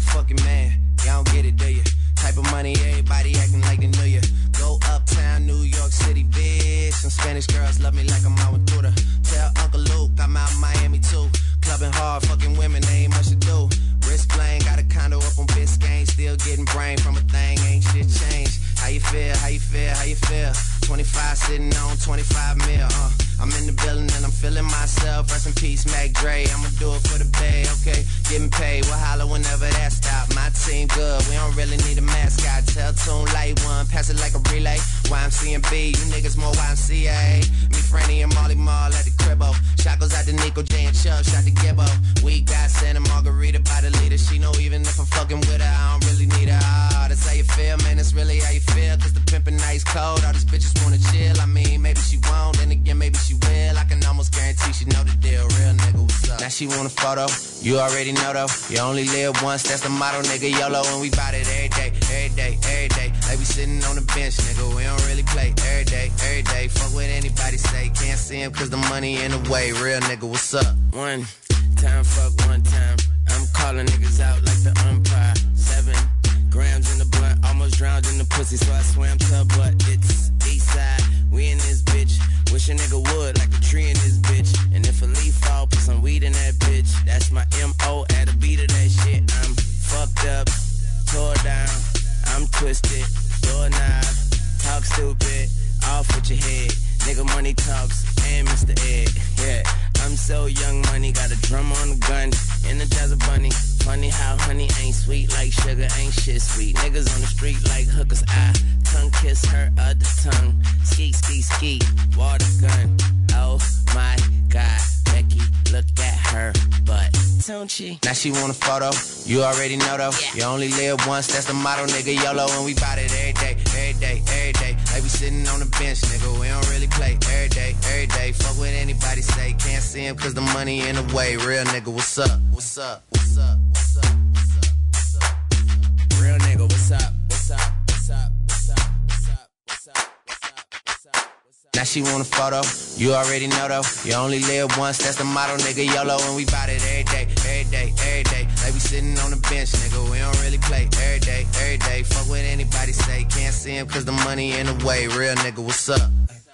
fucking man. Y'all don't get it, do you? Type of money, everybody acting like they knew you. Go uptown, New York City, bitch. Some Spanish girls love me like I'm out with Tuda. Tell Uncle Luke I'm out in Miami too. Clubbing hard, fucking women, they ain't much to do. Wrist bling, got a condo up on Biscayne. Still getting brain from a thing, ain't shit changed. How you feel, how you feel, how you feel? 25 sitting on 25 mil, I'm in the building and I'm feeling myself. Rest in peace, Mac Dre. I'ma do it for the bay, okay? Getting paid, we'll holler whenever that stop. My team good, we don't really need a mascot. Tell Tune Light One, pass it like a relay. YMC and B, you niggas more YMCA. Me, Franny, and Molly Mall at the cribbo. Shot goes out to Nico J and Chubb, shot to Gibbo. We got Santa Margarita by the leader. She know even if I'm fucking with her, I don't really need her. Ah, that's how you feel, man, that's really how you feel. Cause the pimpin' nice cold, all these bitches wanna chill. I mean, maybe she won't, then again, maybe she will. I can almost guarantee she know the deal. Real nigga, what's up? Now she want a photo, you already know though. You only live once, that's the motto, nigga. YOLO, and we bout it every day, every day, every day. Like we sitting on the bench, nigga, we don't really play every day, every day. Fuck what anybody say, can't see him cause the money in the way. Real nigga, what's up? One time, fuck one time. I'm calling niggas out like the umpire. 7 grams in the blunt, almost drowned in the pussy, so I swam to her butt. It's east side, we in this bitch. Wish a nigga would, like a tree in this bitch. And if a leaf fall, put some weed in that bitch. That's my M.O. at a beat of that shit. I'm fucked up, tore down, I'm twisted, doorknob, talk stupid, off with your head. Nigga money talks, and Mr. Ed, yeah. I'm so young money, got a drum on the gun, Energizer bunny. Funny how honey ain't sweet like sugar, ain't shit sweet. Niggas on the street like hookers, I tongue kiss her other tongue. Ski, ski, ski, water gun. Oh my God, Becky, look at her butt. Don't she? Now she want a photo, you already know though. Yeah. You only live once, that's the motto, nigga. YOLO, and we bout it every day, every day, every day. Like we sitting on the bench, nigga, we don't really play every day, every day. Fuck what anybody say, can't see him cause the money in the way. Real nigga, what's up? What's up? What's up? What's up? What's up? What's up? Real nigga, what's up? What's up? What's up? What's up? What's up? What's up? What's up? What's up? What's up? Now she want a photo, you already know though. You only live once, that's the motto, nigga. YOLO, and we bout it every day, every day, every day. Like we sitting on the bench, nigga, we don't really play every day, every day. Fuck what anybody say, can't see him cause the money in the way. Real nigga, what's up?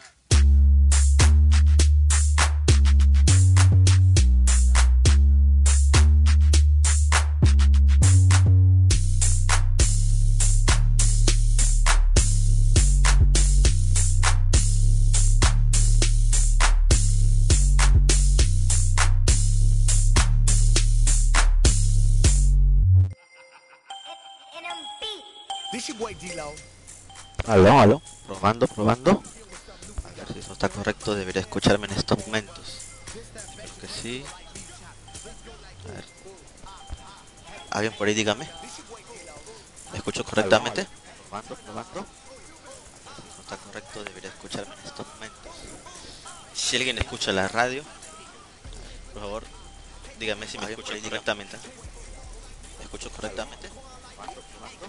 Aló, aló, probando, probando. A ver si eso está correcto, debería escucharme en estos momentos. Espero que sí. A ver. Alguien por ahí dígame. ¿Me escucho correctamente? Probando, probando. Si eso está correcto, debería escucharme en estos momentos. Si alguien escucha la radio, por favor, dígame si me escucho correctamente. ¿Me escucho correctamente? Probando, probando.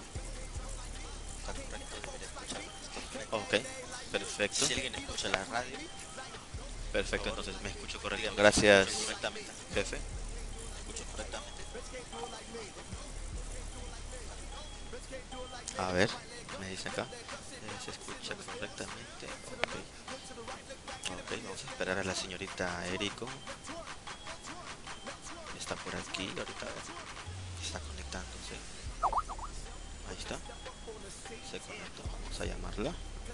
Ok, perfecto. Si alguien escucha la radio. Perfecto, entonces me escucho correctamente. Gracias, jefe. ¿Me escucho correctamente? A ver, me dice acá. Se escucha correctamente. Ok, vamos a esperar a la señorita Eriko. Está por aquí, ahorita está conectándose. Ahí está. Se conectó, vamos a llamarla.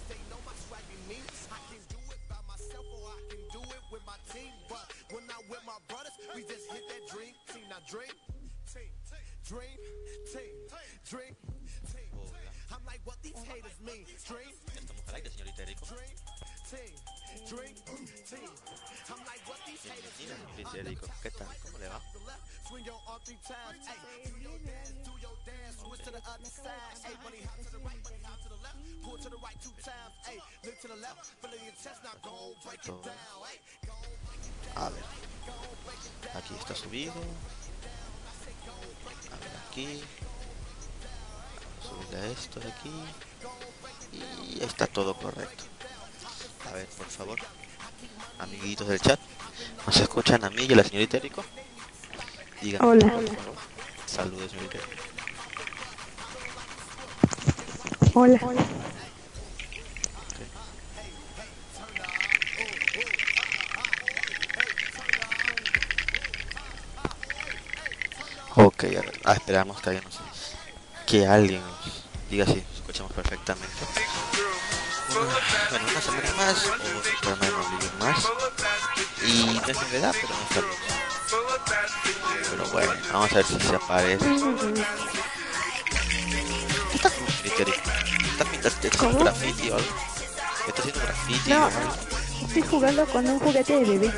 Estamos al aire, señorita Eriko. Bienvenida, señorita Eriko. ¿Qué tal? ¿Cómo le va? A ver, aquí está subido. A ver, aquí subir a esto de aquí y está todo correcto. A ver, por favor, amiguitos del chat, ¿nos escuchan a mí y a la señorita Eriko? Díganme. Hola. Por favor. Saludos, señorita. Hola. Ok, a ver, esperamos que alguien diga si escuchamos perfectamente. Bueno, una semana más, o Superman no Living más. Y no es novedad, pero no está mucho. Pero bueno, vamos a ver si se aparece. ¿Qué está haciendo Twitter? ¿Está haciendo ¿Cómo? graffiti o algo? ¿Está haciendo graffiti o No, algo? estoy jugando con un juguete de bebé.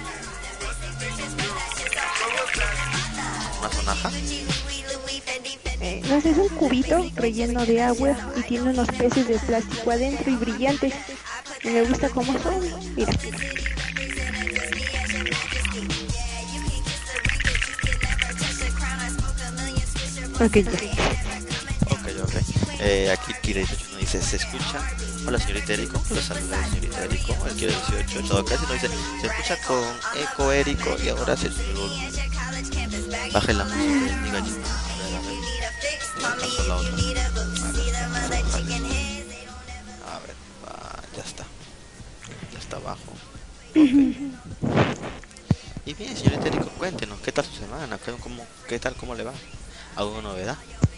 ¿Una sonaja? No sé, es un cubito relleno de agua y tiene unos peces de plástico adentro y brillantes. Y me gusta cómo son. Mira. Ok, ya. Ok. Aquí Kira 18 nos dice, ¿se escucha? Hola señorita Erico, la saluda señorita Erico. El Kira 18, todo casi nos dice, se escucha con eco Erico y ahora se sube el volumen. Baje la música, diga allí. A ver. Tanto la otra. A ver, ya está. Ya está abajo. Ok. Y bien, señorita Erico, cuéntenos, ¿qué tal su semana? ¿Qué tal, cómo le va? ¿Alguna novedad?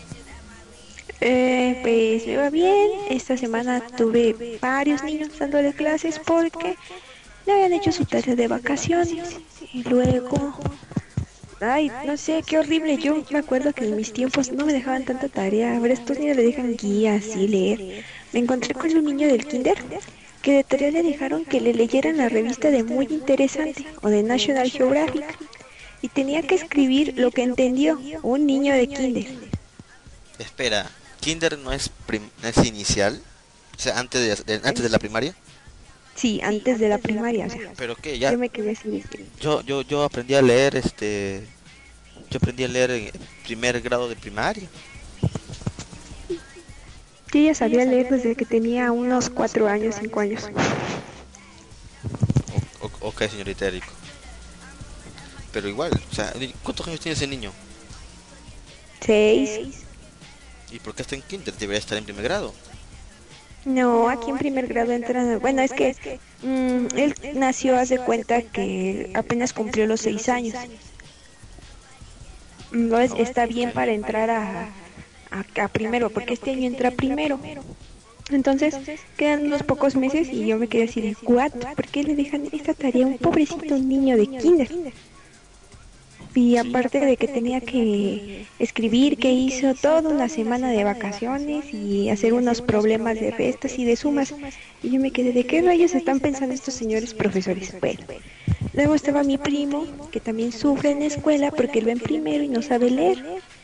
Pues me va bien. Esta semana tuve varios niños dándole clases porque no habían hecho su tarea de vacaciones. Y luego, ay, no sé, qué horrible. Yo me acuerdo que en mis tiempos no me dejaban tanta tarea. Ahora estos niños le dejan guías y leer. Me encontré con un niño del kinder que de tarea le dejaron que le leyeran la revista de Muy Interesante o de National Geographic y tenía que escribir lo que entendió un niño de kinder. Espera, ¿Kinder no es inicial? O sea, antes de la primaria. Sí, antes de la primaria, o sea, ¿Pero qué? yo Ya, me quedé así de que, yo aprendí a leer, yo aprendí a leer en primer grado de primaria. yo ya sabía leer desde que tenía unos 4 años, 5 años. Ok, señorita Erico. Pero igual, o sea, ¿cuántos años tiene ese niño? 6. ¿Y por qué está en Kinder? Debería estar en primer grado. No, aquí en primer grado entran, bueno, es que él nació, hace cuenta que apenas cumplió los 6 años. No está bien para entrar a primero, porque este año entra primero. Entonces, quedan unos pocos meses y yo me quedé así de, ¿what? ¿Por qué le dejan esta tarea a un pobrecito niño de kinder? Y Sí. aparte de que tenía que escribir que hizo toda una semana de vacaciones y hacer unos problemas de restas y de sumas. Y yo me quedé, ¿de qué rayos están pensando estos señores profesores? Bueno, luego estaba mi primo, que también sufre en la escuela porque él va en primero y no sabe leer.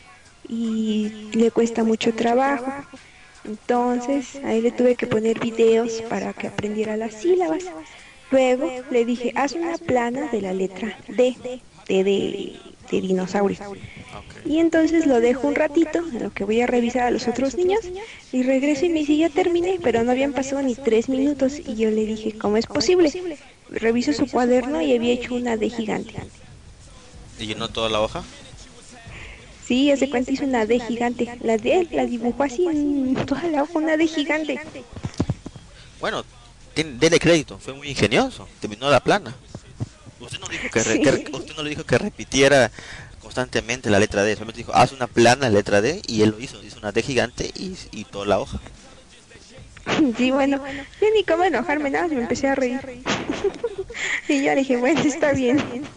Y le cuesta mucho trabajo. Entonces, a él le tuve que poner videos para que aprendiera las sílabas. Luego le dije, haz una plana de la letra D, de dinosaurio. Ok. Y entonces lo dejo un ratito, en lo que voy a revisar a los otros niños, y regreso y me dice, ya terminé, pero no habían pasado ni 3 minutos. Y yo le dije, ¿cómo es posible? Reviso su cuaderno y había hecho una D gigante. ¿Y llenó toda la hoja? Sí, hace cuenta hizo una D gigante. La D él la dibujó así en toda la hoja, una D gigante. Bueno, dele crédito, fue muy ingenioso. Terminó la plana. Usted no dijo Sí. usted no le dijo que repitiera constantemente la letra D, solamente dijo, haz una plana letra D y él lo hizo una D gigante y toda la hoja. Sí, bueno, yo ni cómo enojarme, nada, me empecé a reír. Y yo le dije, bueno, está bien.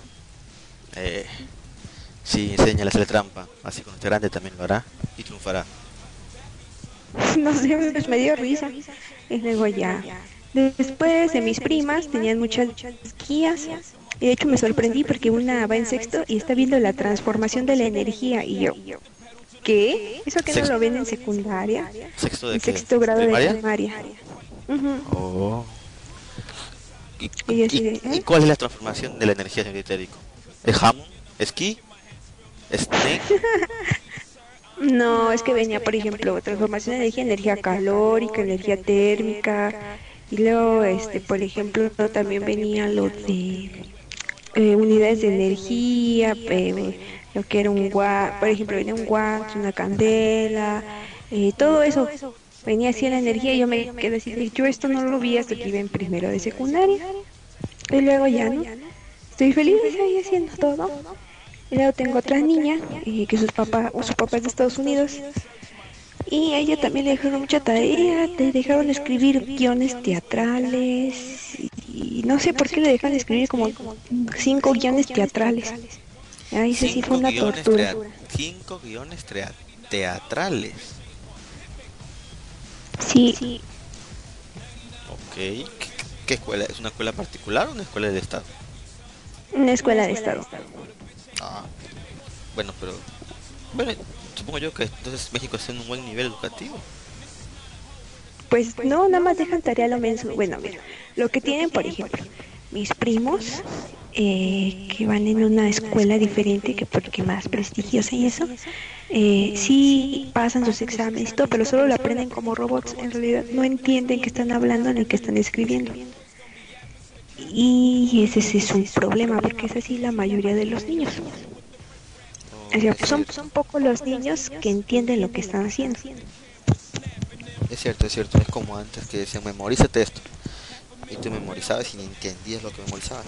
Eh, sí, enséñale a hacer trampa, así cuando esté grande también lo hará y triunfará. No sé, pues me dio risa. Y luego ya. Después de mis primas tenían muchas guías. Y de hecho me sorprendí porque una va en sexto y está viendo la transformación de la energía. Y yo, ¿qué? ¿Eso que no Sex- lo ven en secundaria? ¿Sexto de En qué? sexto grado de ¿Primaria? primaria. Ujú. Oh. ¿Y, Y yo así de, y cuál es la transformación de la energía, señorita Erico? ¿El jamón? ¿Esquí? ¿Snake? No, es que venía, por ejemplo, transformación de energía, energía calórica, energía térmica. Y luego, por ejemplo, también venía lo de unidades de energía, lo que era un watt, por ejemplo, venía un watt, una candela, todo eso. venía así la energía y yo me quedé así de, yo esto no lo vi hasta que iba en primero de secundaria. Y luego ya, ¿no? Estoy feliz ahí haciendo todo. Y luego tengo otra niña, que su papá es de Estados Unidos. Y a ella también le dejaron mucha tarea, le dejaron escribir guiones teatrales. Y no sé por qué le dejaron escribir como 5 guiones teatrales. Ay, eso sí fue una tortura. 5 guiones teatrales. Sí, Ok. ¿Qué escuela? ¿Es una escuela particular o una escuela del estado? una escuela de estado. Ah, bueno, pero... Bueno, supongo yo que entonces México está en un buen nivel educativo. Pues no, nada más dejan tarea lo menos. Bueno, mira, lo que tienen, por ejemplo, mis primos, que van en una escuela diferente, que porque más prestigiosa y eso, sí pasan sus exámenes y todo, pero solo lo aprenden como robots. En realidad no entienden qué están hablando ni qué están escribiendo. Y ese sí es un problema, porque es así la mayoría de los niños. O Oh, sea, es cierto. son pocos los niños que entienden lo que están haciendo. Es cierto, es cierto. Es como antes que decían, memorízate esto. Y tú memorizabas y ni entendías lo que memorizabas.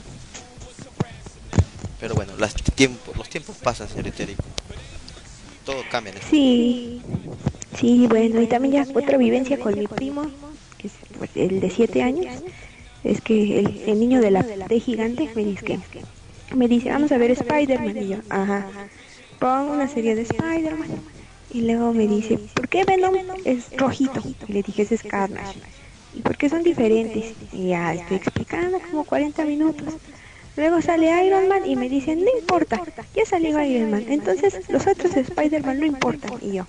Pero bueno, los tiempos pasan, señor Itérico. Todo cambia en este mundo. Sí, sí, bueno, y también ya otra vivencia con mi primo, que es pues, el de 7 años, es que el niño de la T gigante me dice, vamos a ver Spider-Man, y yo, ajá, pon una serie de Spider-Man, y luego me dice, ¿por qué Venom es rojito? Y le dije, ese es Carnage, ¿y por qué son diferentes? Y ya estoy explicando como 40 minutos. Luego sale Iron Man y me dicen, no importa, ya salió Iron Man, entonces los otros Spider-Man no importan. Y yo,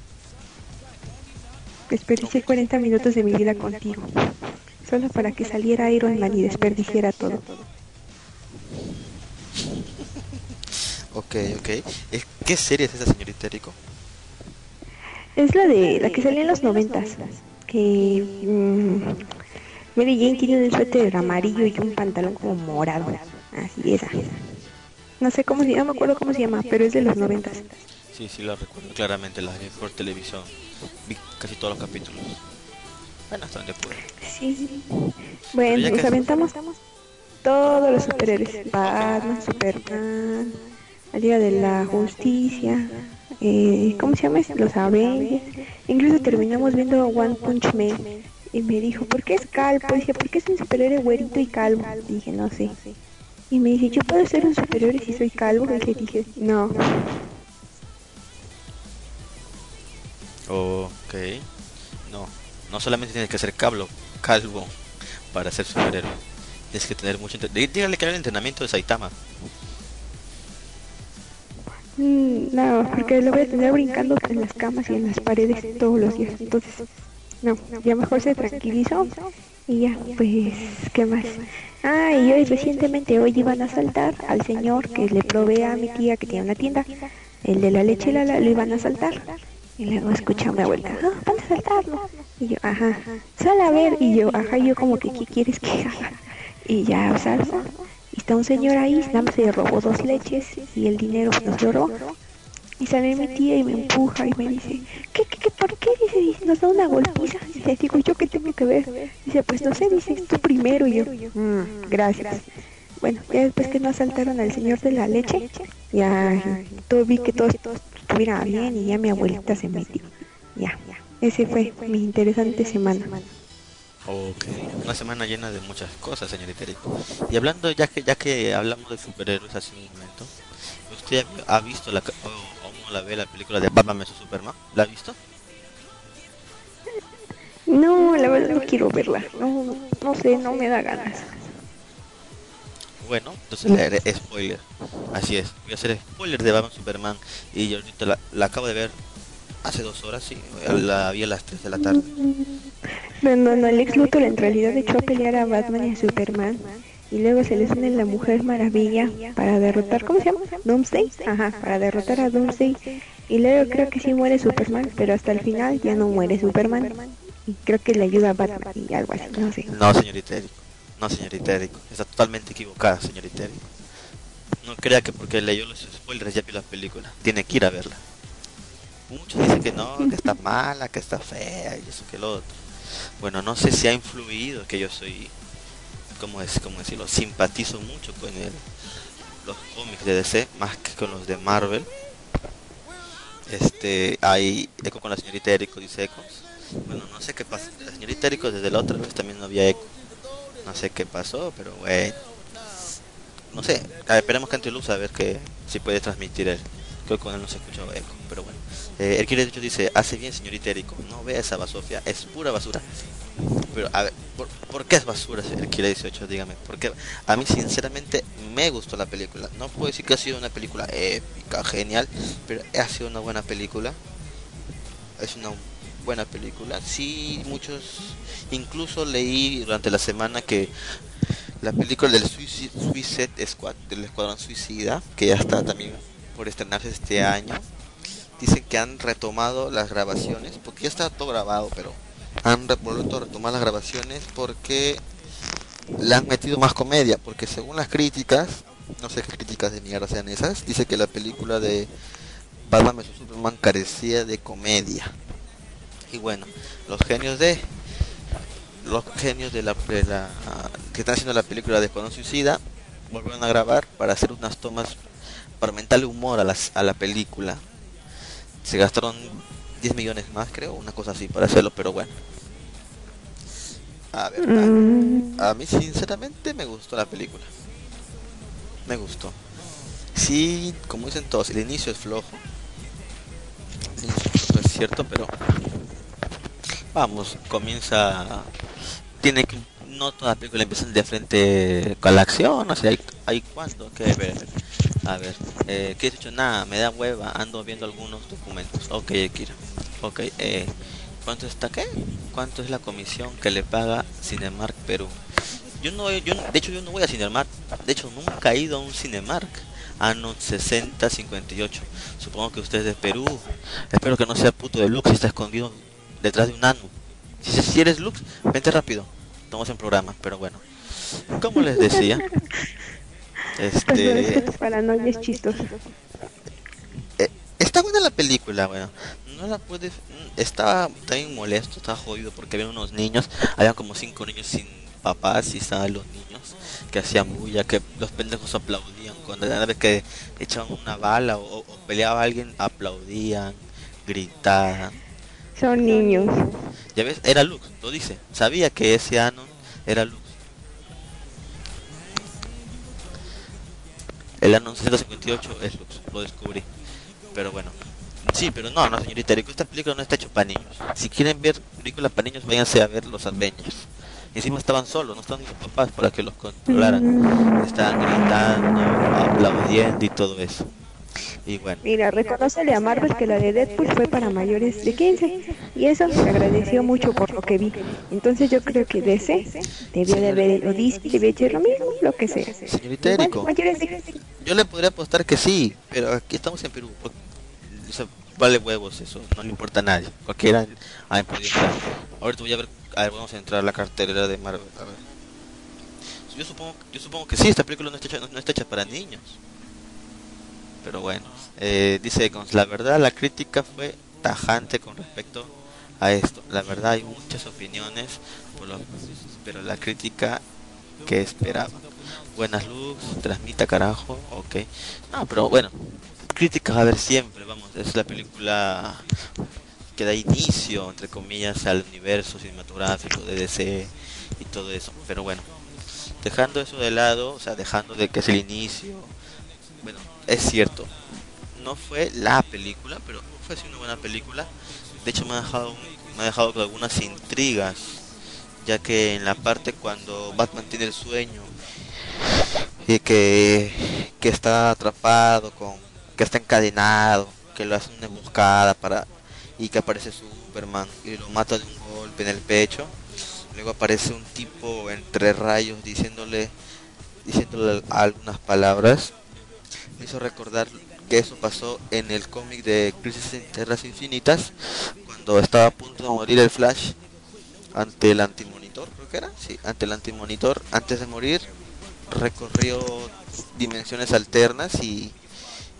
desperdicié 40 minutos de mi vida contigo, solo para que saliera Iron Man y desperdiciara todo. Ok, ok. ¿Qué serie es esa, señor Itérico? Es la que salió en los 90s, que Mary Jane tiene un suéter amarillo y un pantalón como morado, así esa. No sé cómo se llama, no me acuerdo cómo se llama, pero es de los 90s. Sí, sí, la recuerdo claramente, la vi por televisión. Vi casi todos los capítulos. Bueno, hasta donde pude. Sí, Pero bueno, ya que... nos aventamos todos los superhéroes, Batman, Superman, la Liga de la Justicia, ¿cómo se llama? Los Avengers. Incluso terminamos viendo One Punch Man y me dijo, ¿por qué es calvo? Dije, ¿por qué es un superhéroe güerito y calvo? Dije, no sé. Y me dice, ¿yo puedo ser un superhéroe si soy calvo? Y le dije, no. Ok. No, no solamente tienes que ser calvo para ser superhéroe. Tienes que tener mucho... Dígale que era el entrenamiento de Saitama. No, porque lo voy a tener brincando en las camas y en las paredes todos los días. Entonces, no, ya mejor se tranquilizó y ya, pues, ¿qué más? Ah, y hoy recientemente, hoy iban a asaltar al señor que le provee a mi tía que tiene una tienda, el de la leche Lala, lo iban a asaltar. Y luego escuché a mi abuelita, ah, van a asaltarlo. Y yo, ajá, sal a ver. Y yo, ajá, yo como que, ¿qué quieres que haga? Y ya salgo. Y está un señor ahí, nada más se robó 2 leches y el dinero nos lo robó. Y sale mi tía y me empuja y me dice, ¿qué, por qué? Dice, nos da una golpiza. Dice, digo, ¿yo qué tengo que ver? Dice, pues no sé, dice, tú primero. Y yo, gracias. Bueno, ya después que no asaltaron al señor de la leche, ya todo vi que todo estuviera bien y ya mi abuelita se metió. Ya, ese fue mi interesante semana. Ok, una semana llena de muchas cosas, señorita Eriko. Y hablando, ya que hablamos de superhéroes hace un momento, ¿usted ha visto o no la ve la película de Batman vs Superman? ¿La ha visto? No, la verdad no quiero verla. No, no sé, no me da ganas. Bueno, entonces le haré spoiler. Así es, voy a hacer spoiler de Batman Superman y yo ahorita la acabo de ver hace 2 horas, sí, la vi a las 3 de la tarde. No, el ex Luthor en realidad echó a pelear a Batman y a Superman. Y luego se les une la Mujer Maravilla para derrotar, ¿cómo se llama? Doomsday. Ajá, para derrotar a Doomsday. Y luego creo que sí muere Superman, pero hasta el final ya no muere Superman. Y creo que le ayuda a Batman y algo así, no sé. No, señorita Eriko, no, señorita Eriko, está totalmente equivocada, señorita Eriko. No crea que porque leyó los spoilers ya vio la película, tiene que ir a verla. muchos dicen que no, que está mala, que está fea y eso que lo otro. Bueno, no sé si ha influido que yo soy, cómo decirlo, simpatizo mucho con los cómics de DC más que con los de Marvel. Hay eco con la señorita Eriko, dice Ecos. Bueno, no sé qué pasa. La señorita Eriko desde la otra vez también no había eco. No sé qué pasó, pero bueno. No sé, esperemos que entre luz a ver que si puede transmitir él. Creo que con él no se escucha eco, pero bueno. El que de hecho dice, hace bien señorita Eriko, no vea esa basofia, es pura basura. Pero a ver, ¿por qué es basura el Kira 18? Dígame, porque a mí sinceramente me gustó la película. No puedo decir que ha sido una película épica, genial, pero ha sido una buena película. Es una buena película. Sí, muchos, incluso leí durante la semana que la película del Suicide Squad, del Escuadrón Suicida, que ya está también por estrenarse este año, dicen que han retomado las grabaciones, porque ya está todo grabado, pero han vuelto a retomar las grabaciones porque le han metido más comedia, porque según las críticas, no sé qué críticas de mierda sean esas, dice que la película de Batman vs Superman carecía de comedia. Y bueno, los genios de la que están haciendo la película de Escuadrón Suicida volvieron a grabar para hacer unas tomas para aumentarle humor a la película. Se gastaron 10 millones más, creo, una cosa así para hacerlo, pero bueno. A ver, a mí sinceramente me gustó la película. Me gustó. Sí, como dicen todos, el inicio es flojo. El inicio es flojo, es cierto, pero vamos, tiene que, no toda la película empieza de frente con la acción, o sea, hay cuánto que ver. A ver, ¿qué he dicho? Nada, me da hueva, ando viendo algunos documentos. Ok, Kira. Ok, ¿cuánto está qué? ¿Cuánto es la comisión que le paga Cinemark Perú? De hecho yo no voy a Cinemark, de hecho nunca he ido a un Cinemark. Anon 6058. Supongo que usted es de Perú. Espero que no sea puto de Lux y está escondido detrás de un Anu. Si eres Lux, vente rápido. Estamos en programa, pero bueno. Como les decía, paranoia es chistoso. Está buena la película, bueno. No la puedes. Estaba también molesto, estaba jodido porque había unos niños. Había como 5 niños sin papás y estaban los niños que hacían bulla, que los pendejos aplaudían cuando cada vez que echaban una bala o peleaba alguien, aplaudían, gritaban. Son niños. Ya ves, era Lux, lo dice. Sabía que ese Anon era Lux. El Anon 158 es Lux, lo descubrí. Pero bueno. Sí, pero no, señorita Eriko, esta película no está hecha para niños. Si quieren ver películas para niños, váyanse a ver Los Avengers. Encima estaban solos, no estaban ni sus papás para que los controlaran. Estaban gritando, aplaudiendo y todo eso. Y bueno. Mira, reconócele a Marvel que la de Deadpool fue para mayores de 15 y eso se agradeció mucho por lo que vi. Entonces yo creo que DC debió de haber, o Disney debió echar lo mismo, lo que sea. Señorita Eriko, yo le podría apostar que sí, pero aquí estamos en Perú. O sea, vale huevos eso, no le importa a nadie. Cualquiera ha podido entrar. Ahorita voy a ver, vamos a entrar a la cartelera de Marvel, a ver. Yo supongo que sí, esta película no está hecha para niños. Pero bueno, dice Econs, la verdad la crítica fue tajante con respecto a esto. La verdad hay muchas opiniones, pero la crítica que esperaba. Buenas luz, transmita carajo, ok. No, pero bueno, críticas a ver siempre, vamos, es la película que da inicio, entre comillas, al universo cinematográfico de DC y todo eso. Pero bueno, dejando eso de lado, o sea, dejando de que es el inicio, bueno, es cierto, no fue la película, pero fue una buena película. De hecho me ha dejado con algunas intrigas, ya que en la parte cuando Batman tiene el sueño y que está atrapado que está encadenado, que lo hace una emboscada y que aparece Superman y lo mata de un golpe en el pecho. Luego aparece un tipo entre rayos diciéndole algunas palabras. Me hizo recordar que eso pasó en el cómic de Crisis en Tierras Infinitas, cuando estaba a punto de morir el Flash ante el Antimonitor, creo que era, sí, ante el Antimonitor. Antes de morir recorrió dimensiones alternas y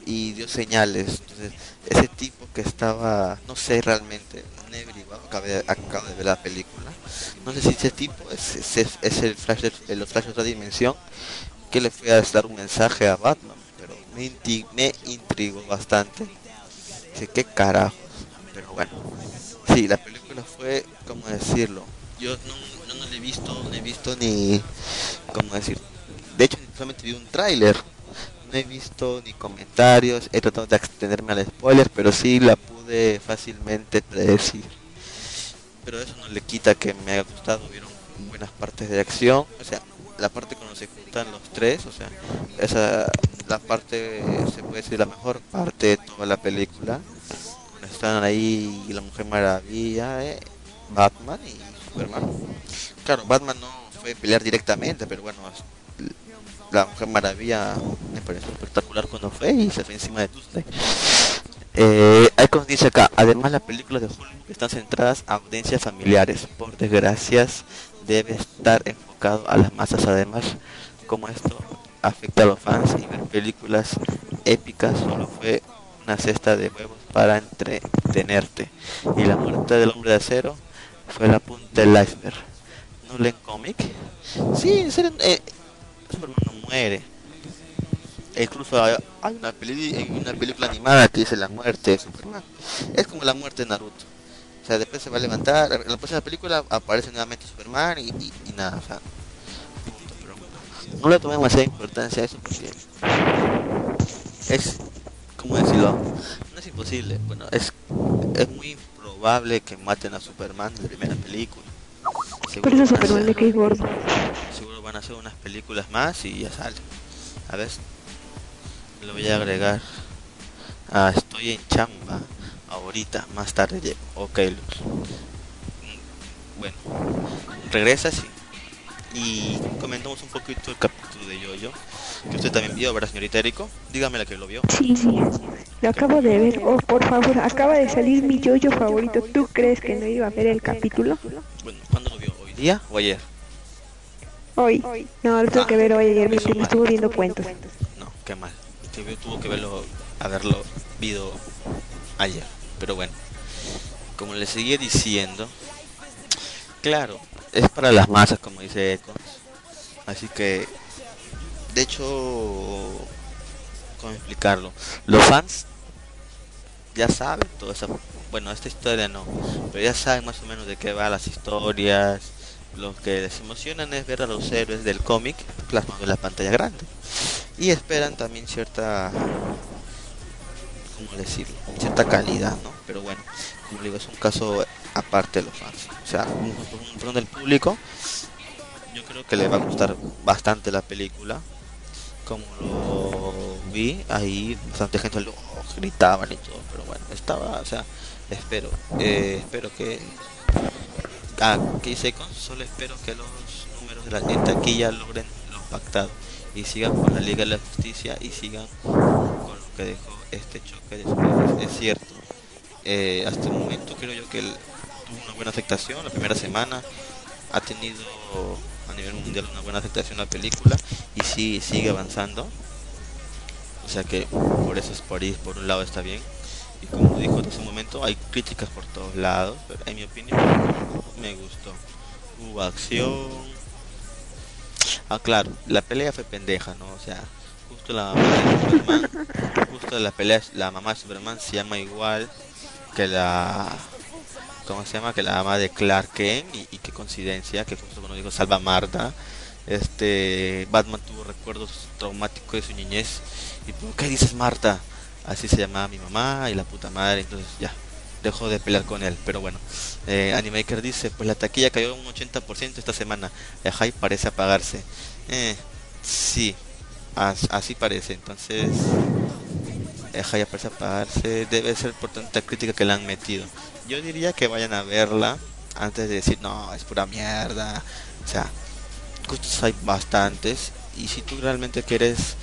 y dio señales. Entonces, ese tipo que estaba, no sé realmente, Nebri, acabo de ver la película. No sé si ese tipo es el Flash los Flash de otra dimensión que le fue a dar un mensaje a Batman, pero me intrigó bastante. Dije, qué carajo. Pero bueno, sí, la película fue, ¿cómo decirlo? Yo no le he visto, no he visto ni, ¿cómo decir? De hecho, solamente vi un tráiler. No he visto ni comentarios, he tratado de extenderme al spoiler, pero sí la pude fácilmente predecir. Pero eso no le quita que me haya gustado, vieron buenas partes de acción, o sea, la parte cuando se juntan los tres, o sea, esa la parte se puede decir la mejor parte de toda la película, cuando están ahí la Mujer Maravilla, Batman y Superman. Claro, Batman no fue a pelear directamente, pero bueno, la Mujer Maravilla me pareció espectacular cuando fue y se fue encima de Tuesday. Hay como dice acá, además las películas de Hollywood están centradas a audiencias familiares. Por desgracias debe estar enfocado a las masas. Además, como esto afecta a los fans y ver películas épicas solo fue una cesta de huevos para entretenerte. Y la muerte del Hombre de Acero fue la punta del iceberg. ¿No leen cómic? Sí, en serio, Superman no muere. Incluso hay una película animada que dice la muerte de Superman. Es como la muerte de Naruto. O sea, después se va a levantar. En la próxima película aparece nuevamente Superman y nada. O sea, punto. Pero no le tomé demasiada importancia a eso porque es, ¿cómo decirlo? No es imposible. Bueno, es muy improbable que maten a Superman en la primera película. Por eso Superman le cae gordo. Seguro van a hacer unas películas más y ya sale. A ver, lo voy a agregar. Estoy en chamba. Ahorita, más tarde llego. Ok, Luz. Bueno, regresa sí. Y comentamos un poquito el capítulo de Yoyo. Que usted también vio, ¿verdad, señorita Erico? Dígame la que lo vio. Sí, lo acabo de ver. Oh, por favor, acaba de salir mi yoyo favorito. ¿Tú crees que no iba a ver el capítulo? Bueno, ¿cuándo lo vio? ¿Hoy día o ayer? Hoy. No, lo tuve que ver hoy. Ayer me estuvo viendo cuentos. No, qué mal. Tuvo que haberlo visto ayer. Pero bueno, como le seguía diciendo, claro, es para las masas, como dice Ecos. Así que, de hecho, ¿cómo explicarlo? Los fans ya saben toda esa, bueno, esta historia no, pero ya saben más o menos de qué va las historias. Lo que les emocionan es ver a los héroes del cómic plasmados en la pantalla grande. Y esperan también cierta, ¿cómo decirlo? Cierta calidad, ¿no? Pero bueno, como digo, es un caso aparte de los fans. O sea, un del público, yo creo que le va a gustar bastante la película. Como lo vi, ahí bastante gente lo gritaban y todo, pero bueno, estaba, o sea, espero que que dice solo espero que los números de la en taquilla logren los pactados y sigan con la Liga de la Justicia y sigan con lo que dejó este choque de superhéroes. Es cierto, hasta el momento creo yo que tuvo una buena aceptación. La primera semana ha tenido a nivel mundial una buena aceptación la película y sí sigue avanzando. O sea que por eso es por un lado está bien. Y como dijo en ese momento, hay críticas por todos lados, pero en mi opinión me gustó. Hubo acción. Claro, la pelea fue pendeja, ¿no? O sea, justo la mamá de Superman, justo la pelea, la mamá de Superman se llama igual que ¿cómo se llama? Que la mamá de Clark Kent y qué coincidencia, que justo cuando dijo salva a Marta, Batman tuvo recuerdos traumáticos de su niñez. ¿Y por qué dices Marta? Así se llamaba mi mamá y la puta madre, entonces ya, dejó de pelear con él. Pero bueno, Animaker dice, pues la taquilla cayó un 80% esta semana, el hype parece apagarse. Sí, así parece, entonces el hype parece apagarse, debe ser por tanta crítica que le han metido. Yo diría que vayan a verla antes de decir, no, es pura mierda. O sea, gustos hay bastantes, y si tú realmente quieres,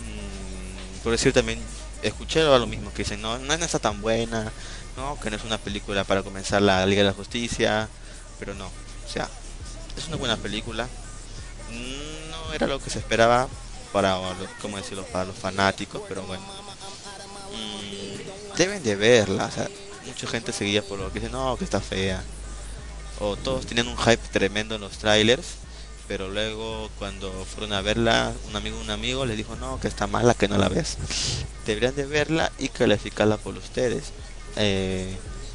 por decir también, escuché lo mismo que dicen, no está tan buena, no, que no es una película para comenzar la Liga de la Justicia, pero no, o sea, es una buena película. No era lo que se esperaba para, ¿cómo decirlo?, para los fanáticos, pero bueno, deben de verla, o sea, mucha gente seguía por lo que dice, no, que está fea. O todos tenían un hype tremendo en los trailers, pero luego cuando fueron a verla, un amigo les dijo, no, que está mala, que no la ves. Deberían de verla y calificarla por ustedes. Eh,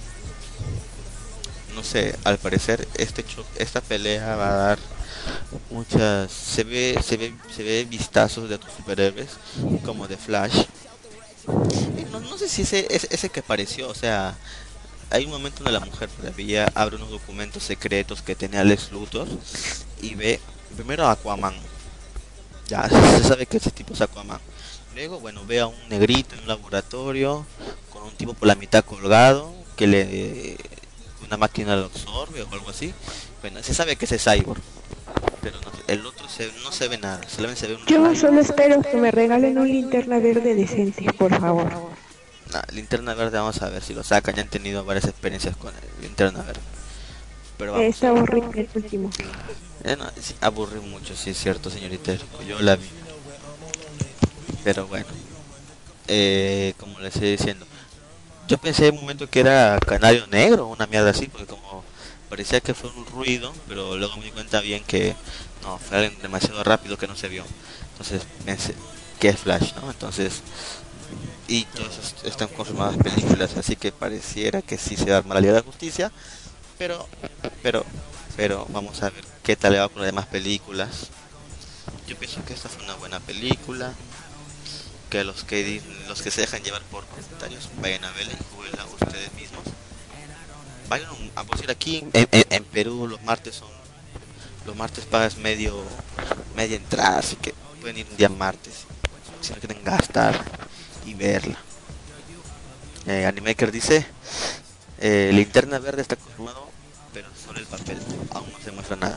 no sé, al parecer esta pelea va a dar muchas, se ve vistazos de otros superhéroes como de Flash. No sé si ese que apareció, o sea, hay un momento donde la Mujer Maravilla abre unos documentos secretos que tenía Lex Luthor y ve primero a Aquaman. Ya se sabe que ese tipo es Aquaman. Luego, bueno, ve a un negrito en un laboratorio con un tipo por la mitad colgado que una máquina lo absorbe o algo así. Bueno, se sabe que ese es Cyborg, pero no, el otro no se ve nada, solamente se ve un Yo rayo. solo espero que me regalen un linterna verde decente, por favor. Linterna verde, vamos a ver si lo sacan. Ya han tenido varias experiencias con el linterna verde, pero vamos a Está ver. horrible el último. No, sí, aburre mucho, sí es cierto, señorita Eriko, yo la vi. Pero bueno, como les estoy diciendo, yo pensé en un momento que era Canario Negro, una mierda así, porque como parecía que fue un ruido, pero luego me di cuenta bien que no, fue algo demasiado rápido que no se vio. Entonces pensé que es Flash, ¿no? Entonces, y todas están confirmadas películas, así que pareciera que sí se arma la Liga de la Justicia, pero, pero, pero vamos a ver qué tal le va con las demás películas. Yo pienso que esta fue una buena película, que los que se dejan llevar por comentarios vayan a verla y juguenla ustedes mismos. Vayan a decir aquí en Perú los martes pagas media entrada, así que pueden ir un día martes si no quieren gastar y verla. Animaker dice, Linterna Verde está confirmado, pero solo el papel, aún no se muestra nada.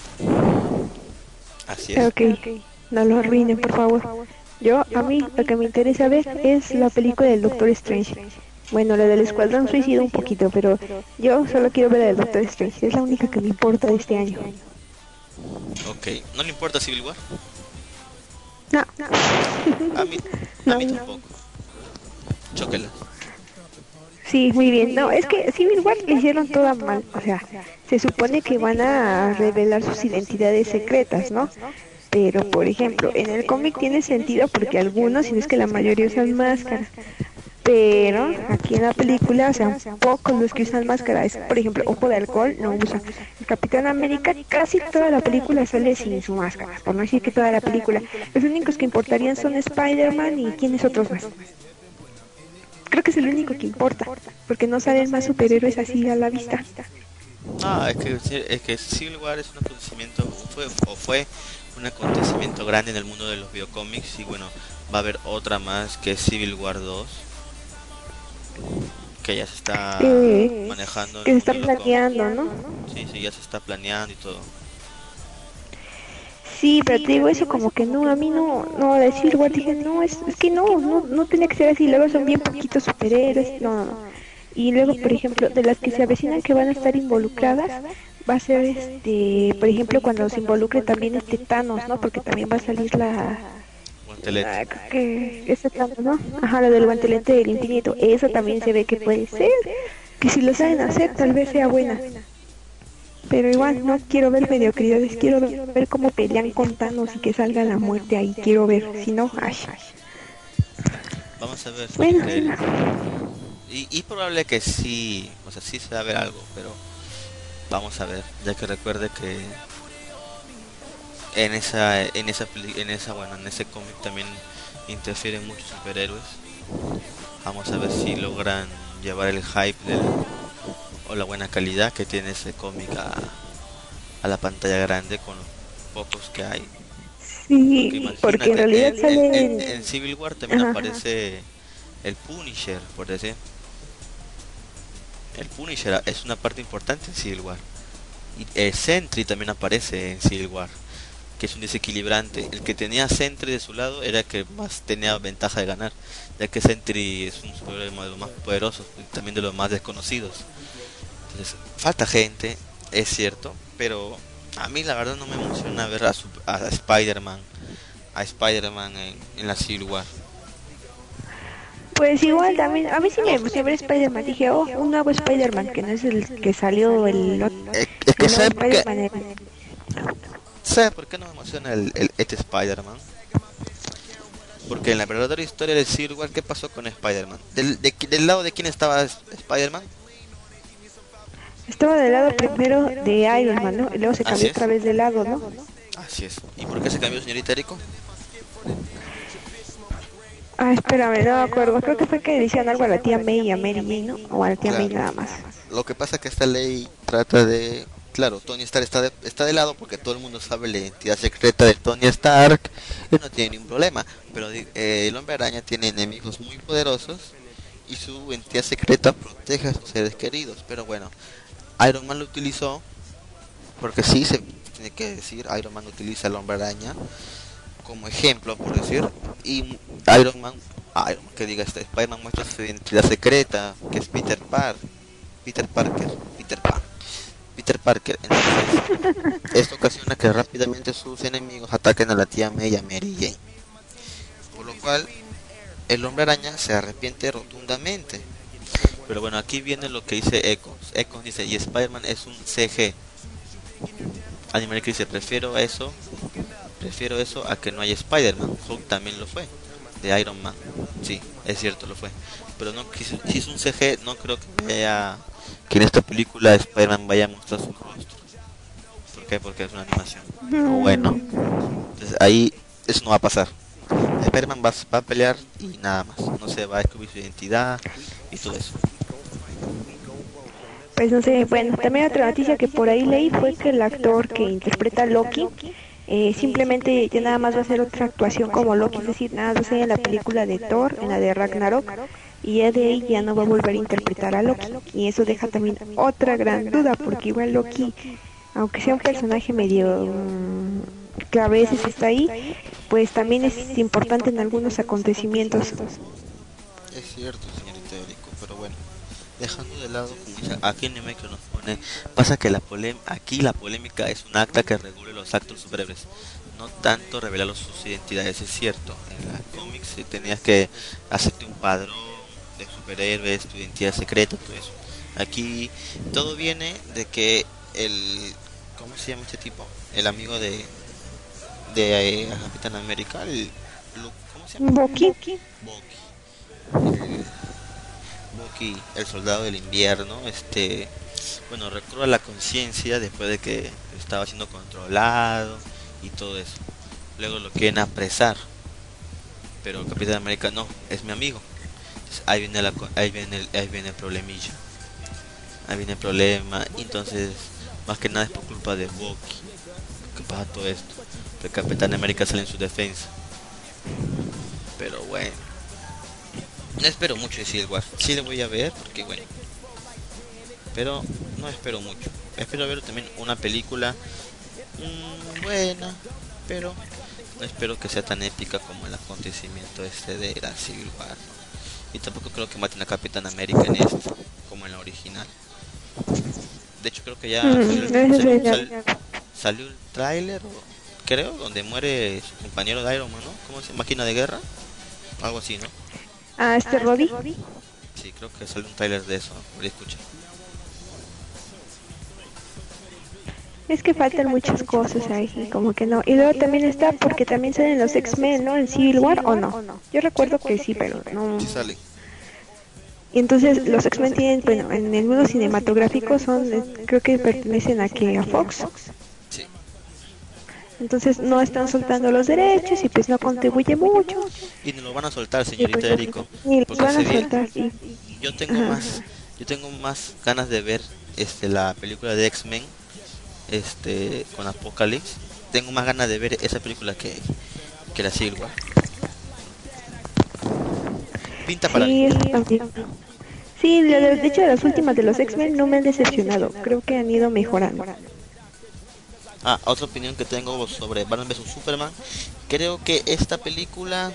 Así es. Ok, no lo arruinen, por favor. A mí, lo que me interesa ver es la película del Doctor Strange. Bueno, la del Escuadrón Suicida un poquito, pero yo solo quiero ver la del Doctor Strange. Es la única que me importa de este año. Ok, ¿no le importa Civil War? No, A mí no. tampoco. Chóquela. Sí, muy bien. No, es que Civil War le hicieron toda mal. O sea, se supone que van a revelar sus identidades secretas, ¿no? Pero, por ejemplo, en el cómic tiene sentido porque algunos, si no es que la mayoría usan máscara. Pero aquí en la película, o sea, pocos los que usan máscara. Es, por ejemplo, Ojo de Halcón no usa. El Capitán América casi toda la película sale sin su máscara, por no decir que toda la película. Los únicos que importarían son Spider-Man y quiénes otros más. Creo que es el único que importa, porque no salen más superhéroes así a la vista. No, es que Civil War es un acontecimiento, fue un acontecimiento grande en el mundo de los biocómics y bueno, va a haber otra más que es Civil War 2, que ya se está manejando en Que el se está mundo de los planeando, cómics. ¿no? Sí, ya se está planeando y todo. Sí, pero te digo eso como que no, a mí no, decir igual dije, no, es que no tenía que ser así, luego son bien poquitos superhéroes, no. Y luego, por ejemplo, de las que se avecinan que van a estar involucradas, va a ser, por ejemplo, cuando se involucre también Thanos, ¿no? Porque también va a salir Guantelete. creo que ese Thanos, ¿no? Ajá, la del guantelete del infinito, eso también se ve que puede ser, que si lo saben hacer tal vez sea buena. Pero igual no quiero ver mediocridades, quiero ver cómo pelean con Thanos y que salga la muerte ahí, quiero ver, si no, ay. Vamos a ver, Bueno, y probable que sí, o sea, sí se va a ver algo, pero vamos a ver, ya que recuerde que en ese cómic también interfieren muchos superhéroes. Vamos a ver si logran llevar el hype o la buena calidad que tiene ese cómic a la pantalla grande con los pocos que hay. sí, porque en realidad sale... en Civil War también Ajá. aparece el Punisher, por decir. El Punisher es una parte importante en Civil War. Y el Sentry también aparece en Civil War, que es un desequilibrante. El que tenía Sentry de su lado era el que más tenía ventaja de ganar, ya que Sentry es un superhéroe de los más poderosos y también de los más desconocidos. Entonces, falta gente, es cierto, pero a mí la verdad no me emociona ver a Spider-Man en la Civil War. Pues igual también, a mí sí me gustó ver Spider-Man, dije, oh, un nuevo Spider-Man, que no es el que salió Es que el nuevo Spider-Man. ¿sabe por qué no me emociona este Spider-Man? Porque en la verdadera historia de Civil War, ¿qué pasó con Spider-Man? ¿Del lado de quién estaba Spider-Man? Estaba del lado primero de Iron Man, ¿no? Y luego se Así cambió es. otra vez de lado, ¿no? Así es. ¿Y por qué se cambió, señorita Erico? Ah, espérame, no me acuerdo, creo que fue que le decían algo a la tía May y a Mary Jane, ¿no? O a la tía May Claro. nada más. Lo que pasa es que esta ley trata de... Claro, Tony Stark está de lado porque todo el mundo sabe la identidad secreta de Tony Stark y no tiene ningún problema. Pero el Hombre Araña tiene enemigos muy poderosos y su entidad secreta protege a sus seres queridos. Pero bueno, Iron Man lo utilizó porque sí se tiene que decir, Iron Man utiliza al Hombre Araña como ejemplo, por decir, y que diga este, Spider-Man muestra su identidad secreta, que es Peter Parker, Peter Parker. Entonces, esto ocasiona que rápidamente sus enemigos ataquen a la tía May y a Mary Jane, por lo cual el Hombre Araña se arrepiente rotundamente. Pero bueno, aquí viene lo que dice Echo dice, y Spider-Man es un CG. Animal que dice, prefiero eso a que no haya Spider-Man. Hulk también lo fue, de Iron Man. Sí, es cierto, lo fue. Pero no, si es un CG, no creo que en esta película Spider-Man vaya a mostrar su rostro. ¿Por qué? Porque es una animación. Pero bueno, entonces ahí eso no va a pasar. Spider-Man va a pelear y nada más. No se va a descubrir su identidad y todo eso. Pues no sé, bueno, también otra noticia que por ahí leí fue que el actor que interpreta a Loki simplemente ya nada más va a hacer otra actuación como Loki, es decir, nada más en la película de Thor, en la de Ragnarok, y ya de ahí ya no va a volver a interpretar a Loki. Y eso deja también otra gran duda, porque igual Loki, aunque sea un personaje medio que a veces está ahí, pues también es importante en algunos acontecimientos. Es cierto, señorita Erico, pero bueno, dejando de lado, como dice, aquí en Nemec nos pone, pasa que aquí la polémica es un acta que regule los actos superhéroes, no tanto revelar sus identidades. Es cierto, en la cómics tenías que hacerte un padrón de superhéroes, tu identidad secreta, todo eso. Aquí todo viene de que ¿cómo se llama este tipo? El amigo de Capitán América, ¿cómo se llama? Bucky. Bucky, el soldado del invierno, bueno, recobra la conciencia después de que estaba siendo controlado y todo eso. Luego lo quieren apresar, pero el Capitán América no, es mi amigo. Entonces, ahí viene el problemilla. Ahí viene el problema, y entonces más que nada es por culpa de Bucky que pasa todo esto. El Capitán América sale en su defensa. Pero bueno, no espero mucho de Civil War. Sí le voy a ver porque bueno, pero no espero mucho. Espero ver también una película buena, pero no espero que sea tan épica como el acontecimiento de la Civil War. Y tampoco creo que maten a Capitán América en esto, como en la original. De hecho creo que ya salió el tráiler, creo, donde muere su compañero de Iron Man, ¿no? ¿Cómo se llama? Máquina de guerra, algo así, ¿no? Ah, Roddy. Sí, creo que salió un tráiler de eso, lo escuché. Es que faltan muchas cosas ahí, como que no. Y luego también está porque también salen los X-Men, ¿no? En Civil War o no. Yo recuerdo que sí, pero no. Sí sale. Y entonces los X-Men tienen, bueno, en el mundo cinematográfico son, creo que pertenecen a Fox. Sí. Entonces no están soltando los derechos y pues no contribuye mucho. Y nos lo van a soltar, señorita Erico. Y Porque van a se viene. soltar, sí. Yo tengo más ganas de ver la película de X-Men con Apocalypse. Tengo más ganas de ver esa película que la Civil War. Pinta para Sí, mí. también. Sí, de hecho las últimas de los X-Men no me han decepcionado. Creo que han ido mejorando. Otra opinión que tengo sobre Batman vs Superman. Creo que esta película,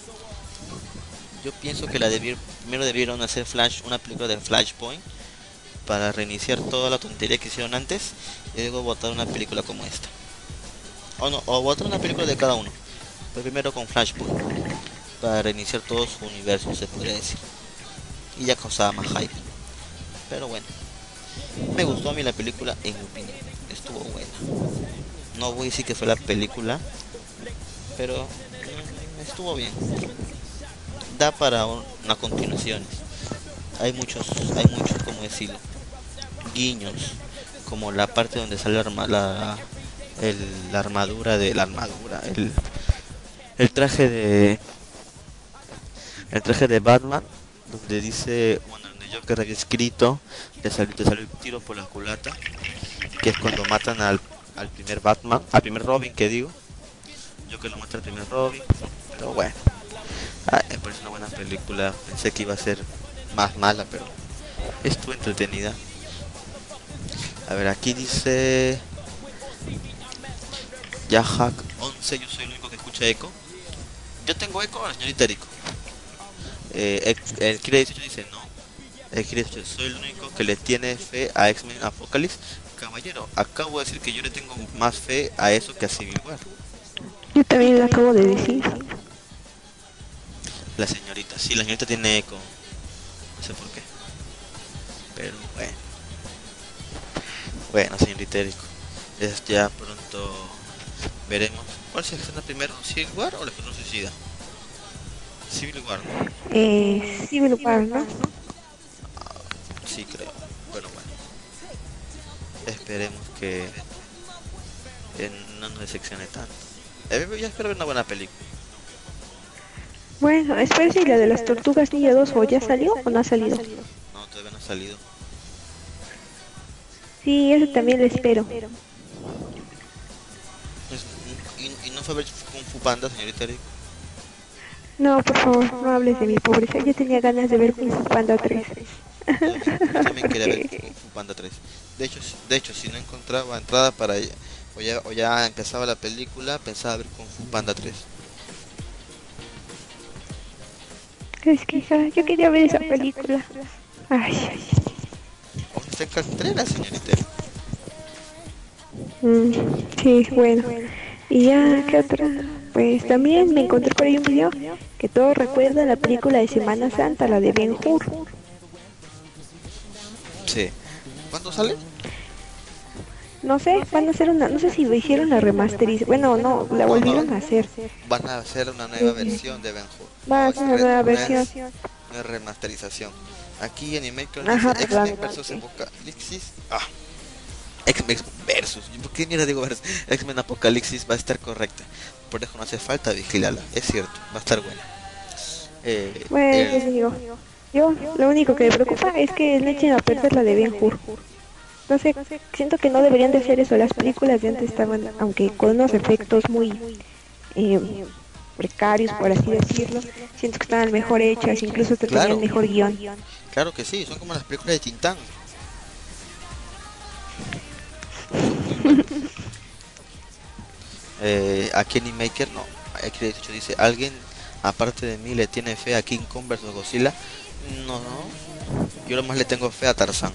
yo pienso que primero debieron hacer una película de Flashpoint para reiniciar toda la tontería que hicieron antes y luego botar una película como esta. O botar una película de cada uno. Pero primero con Flashpoint. para reiniciar todo su universo, se podría decir, y ya causaba más hype. Pero bueno, me gustó a mí la película, en mi opinión, estuvo buena. No voy a decir que fue la película, pero estuvo bien. Da para una continuación. Hay muchos, como decirlo, guiños, como la parte donde sale la armadura de la armadura, el traje de el traje de Batman, donde dice, bueno, donde Joker había escrito, te salió el tiro por la culata, que es cuando matan al primer Batman, al primer Robin, que digo. Joker lo mata al primer Robin, pero bueno, me parece una buena película. Pensé que iba a ser más mala, pero estuvo entretenida. A ver, aquí dice Yahak 11, yo soy el único que escucha eco. Yo tengo eco, señorita Erico. El Kira 18 dice no. El Kira 18, soy el único que le tiene fe a X-Men Apocalypse. Caballero, acabo de decir que yo le tengo más fe a eso que a Civil War. Yo también lo acabo de decir. La señorita, sí, la señorita tiene eco. No sé por qué. Pero bueno. Bueno, señorita Erico. Ya pronto veremos. ¿Cuál se estrena primero? ¿Civil War o el Escuadrón Suicida? Civil War, ¿no? Civil War, ¿no? Sí, creo. Bueno. Esperemos que no nos decepcione tanto. Ya espero ver una buena película. Bueno, espero si la de las Tortugas Ninja 2 o ya salió o no ha salido. No, todavía no ha salido. Sí, eso también lo espero. ¿Y no fue a ver Kung Fu Panda, señorita Eric? No, por favor, no hables de mi pobreza. Yo tenía ganas de ver Kung Fu Panda 3. Yo también quería ver Kung Fu Panda 3. De hecho, si no encontraba entrada para ella, o ya empezaba la película, pensaba ver Kung Fu Panda 3. Es que yo quería ver esa película. Ay. Aún está en cartelera, señorita Eric. Sí, bueno. Y ya, ¿qué otra? Pues también me encontré por ahí un video que todos recuerdan la película de Semana Santa, la de Ben-Hur. Sí. ¿Cuándo sale? No sé, van a hacer no sé si lo hicieron la remasterización. Bueno, no, la volvieron a hacer. Van a hacer una nueva versión de Ben-Hur. Va a ser una nueva versión. No es remasterización. Aquí Animaker Ajá, dice X-Men versus Apocalipsis. X-Men versus. ¿Por qué mierda digo versus? X-Men Apocalipsis va a estar correcta. Por eso no hace falta vigilarla. Es cierto, va a estar buena. Bueno, digo, yo lo único que me preocupa es que no echen a perder la de Ben-Hur. No sé, siento que no deberían de hacer eso. Las películas de antes estaban, aunque con unos efectos muy precarios, por así decirlo, siento que estaban mejor hechas, incluso que tenían mejor guión. Claro que sí, son como las películas de Tintán. Aquí Animaker no. Aquí de hecho dice, ¿alguien aparte de mí le tiene fe a King Kong vs Godzilla? No, yo lo más le tengo fe a Tarzán.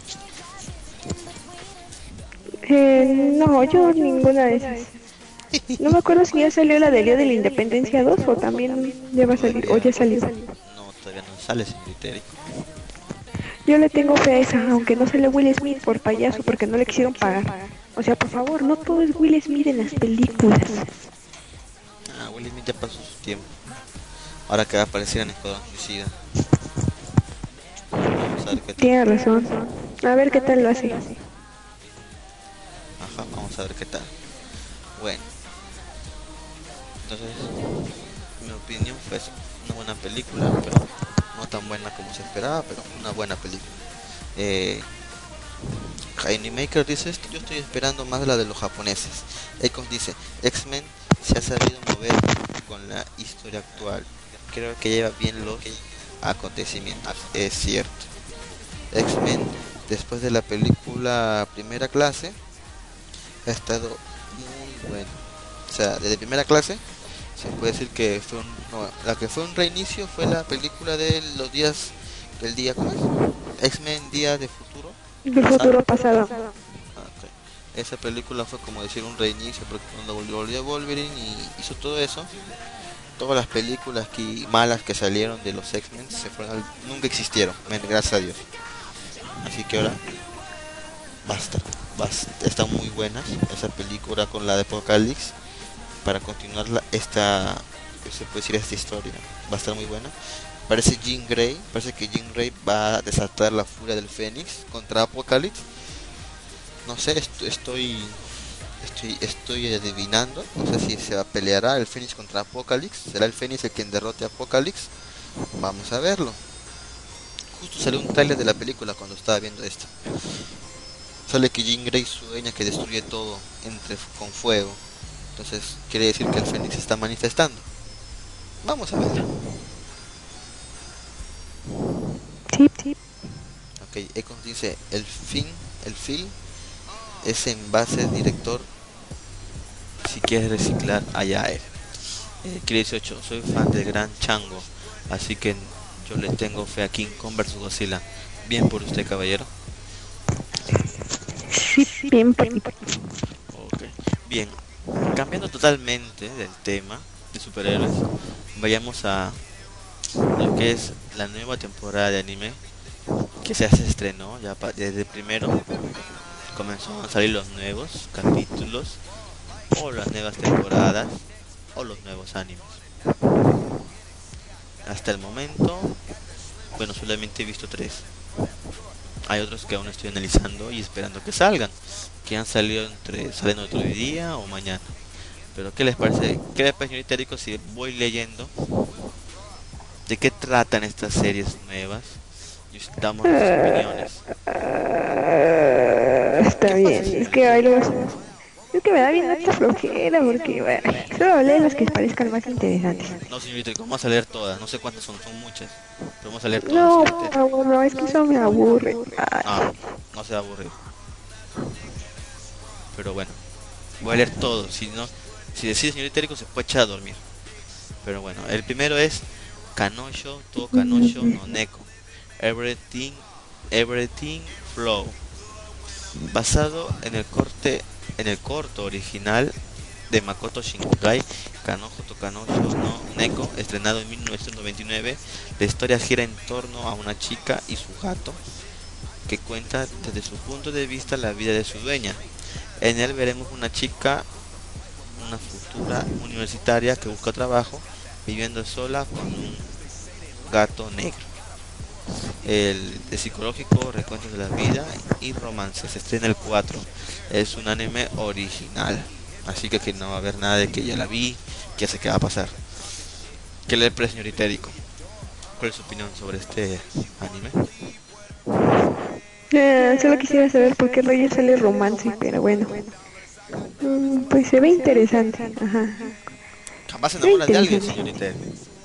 No, yo ninguna de esas. No me acuerdo si ya salió la del Día de la Independencia 2 o también ya va a salir, o ya salió. No, todavía no sale, señorita Eric. Yo le tengo fe a esa, aunque no sale Will Smith por payaso porque no le quisieron pagar. O sea, por favor, no todo es Will Smith en las películas. Will Smith ya pasó su tiempo. Ahora que va a aparecer en Escuadrón Suicida. Vamos a ver qué tal. Tiene razón. A ver qué tal lo hace. Ajá, vamos a ver qué tal. Bueno. Entonces, mi opinión fue una buena película, pero no tan buena como se esperaba, pero una buena película. Animaker dice esto, yo estoy esperando más la de los japoneses. Ecos dice, X-Men se ha sabido mover con la historia actual. Creo que lleva bien los acontecimientos. Es cierto. X-Men, después de la película Primera Clase, ha estado muy bueno. O sea, desde Primera Clase se puede decir que fue la que fue un reinicio fue la película de los días del día, ¿cómo es? X-Men Días de Futuro. Del futuro pasado. Okay. Esa película fue como decir un reinicio, porque cuando volvió Wolverine y hizo todo eso, todas las películas malas que salieron de los X-Men nunca existieron, gracias a Dios. Así que ahora basta, está muy buena esa película con la de Apocalypse para continuar se puede decir esta historia, va a estar muy buena. Parece que Jean Grey va a desatar la furia del Fénix contra Apocalypse. No sé, estoy adivinando. No sé si peleará el Fénix contra Apocalypse. ¿Será el Fénix el quien derrote a Apocalypse? Vamos a verlo. Justo salió un tráiler de la película cuando estaba viendo esto. Sale que Jean Grey sueña que destruye todo con fuego. Entonces quiere decir que el Fénix se está manifestando. Vamos a ver. Sí. Ok, Econ dice el film es en base director. Si quieres reciclar, allá él. Quiere 18, soy fan del gran Chango, así que yo le tengo fe a King Kong vs Godzilla. Bien por usted, caballero. Sí, bien por mí. Ok, bien. Cambiando totalmente del tema de superhéroes, vayamos a lo que es la nueva temporada de anime que se estrenó ya desde el primero. Comenzó a salir los nuevos capítulos o las nuevas temporadas o los nuevos animes. Hasta el momento, bueno, solamente he visto 3. Hay otros que aún estoy analizando y esperando que salgan, que han salido salen otro día o mañana. Pero ¿qué les parece, señor Itérico, si voy leyendo de qué tratan estas series nuevas y damos nuestras opiniones? Está bien, es que hay luego... Es que me da bien esta flojera porque, bueno, solo hablé de las que parezcan más interesantes. No, señorita, vamos a leer todas. No sé cuántas son muchas. Pero vamos a leer todas. No, por favor, no, es que eso me aburre. No se va a aburrir. Pero bueno, voy a leer todo. Si decide, señor Itérico, se puede echar a dormir. Pero bueno, el primero es Kanojo, todo Kanojo no Neko. Everything Flow. Basado en el corto original de Makoto Shinkai, Kanojo to Kanojo no Neko, estrenado en 1999. La historia gira en torno a una chica y su gato, que cuenta desde su punto de vista la vida de su dueña. En él veremos una chica, una futura universitaria que busca trabajo, viviendo sola con un gato negro. El de psicológico, recuentos de la vida y romance. Se estrena el 4. Es un anime original, así que no va a haber nada de que ya la vi, que ya sé qué va a pasar. ¿Qué le parece, señor Itérico? ¿Cuál es su opinión sobre este anime? Solo quisiera saber por qué rollo sale romance, pero bueno. Pues se ve interesante. Ajá. Jamás se enamora de alguien, señor Itérico.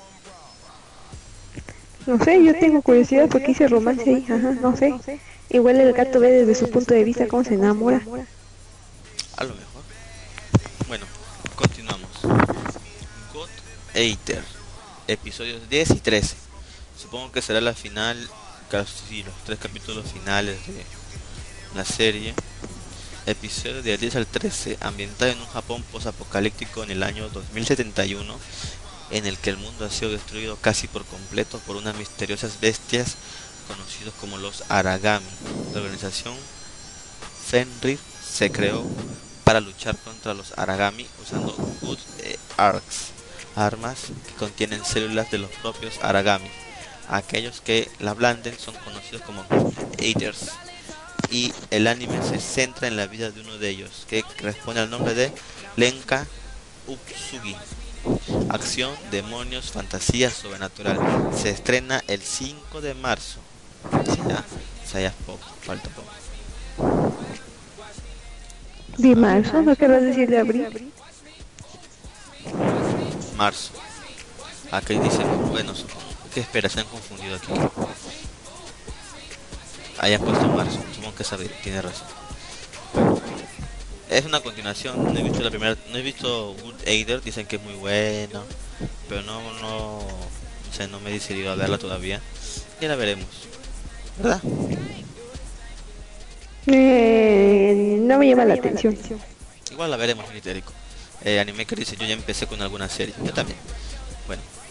No sé, yo tengo curiosidad porque hice romance ahí, ajá, no sé. Igual el gato ve desde su punto de vista cómo se enamora. A lo mejor. Bueno, continuamos. God Eater, episodios 10 y 13. Supongo que será la final, casi los 3 capítulos finales de la serie. Episodio del 10 al 13, ambientado en un Japón post-apocalíptico en el año 2071, en el que el mundo ha sido destruido casi por completo por unas misteriosas bestias conocidos como los Aragami. La organización Fenrir se creó para luchar contra los Aragami usando Good armas que contienen células de los propios Aragami. Aquellos que la blanden son conocidos como Good Eaters, y el anime se centra en la vida de uno de ellos, que responde al nombre de Lenka Utsugi. Acción, demonios, fantasía sobrenatural. Se estrena el 5 de marzo. Ya poco, falta poco. ¿De marzo? ¿No querrás decir de abril? Marzo. Aquí dice, bueno, ¿qué esperas? Se han confundido aquí. Hayan puesto marzo, supongo que sabe, tiene razón. Es una continuación, no he visto la primera, no he visto Good Eater, dicen que es muy buena, pero no sé, no me he decidido a verla todavía. Ya la veremos, ¿verdad? No me llama la atención. Igual la veremos, Itérico. Anime que dice, yo ya empecé con alguna serie, yo también.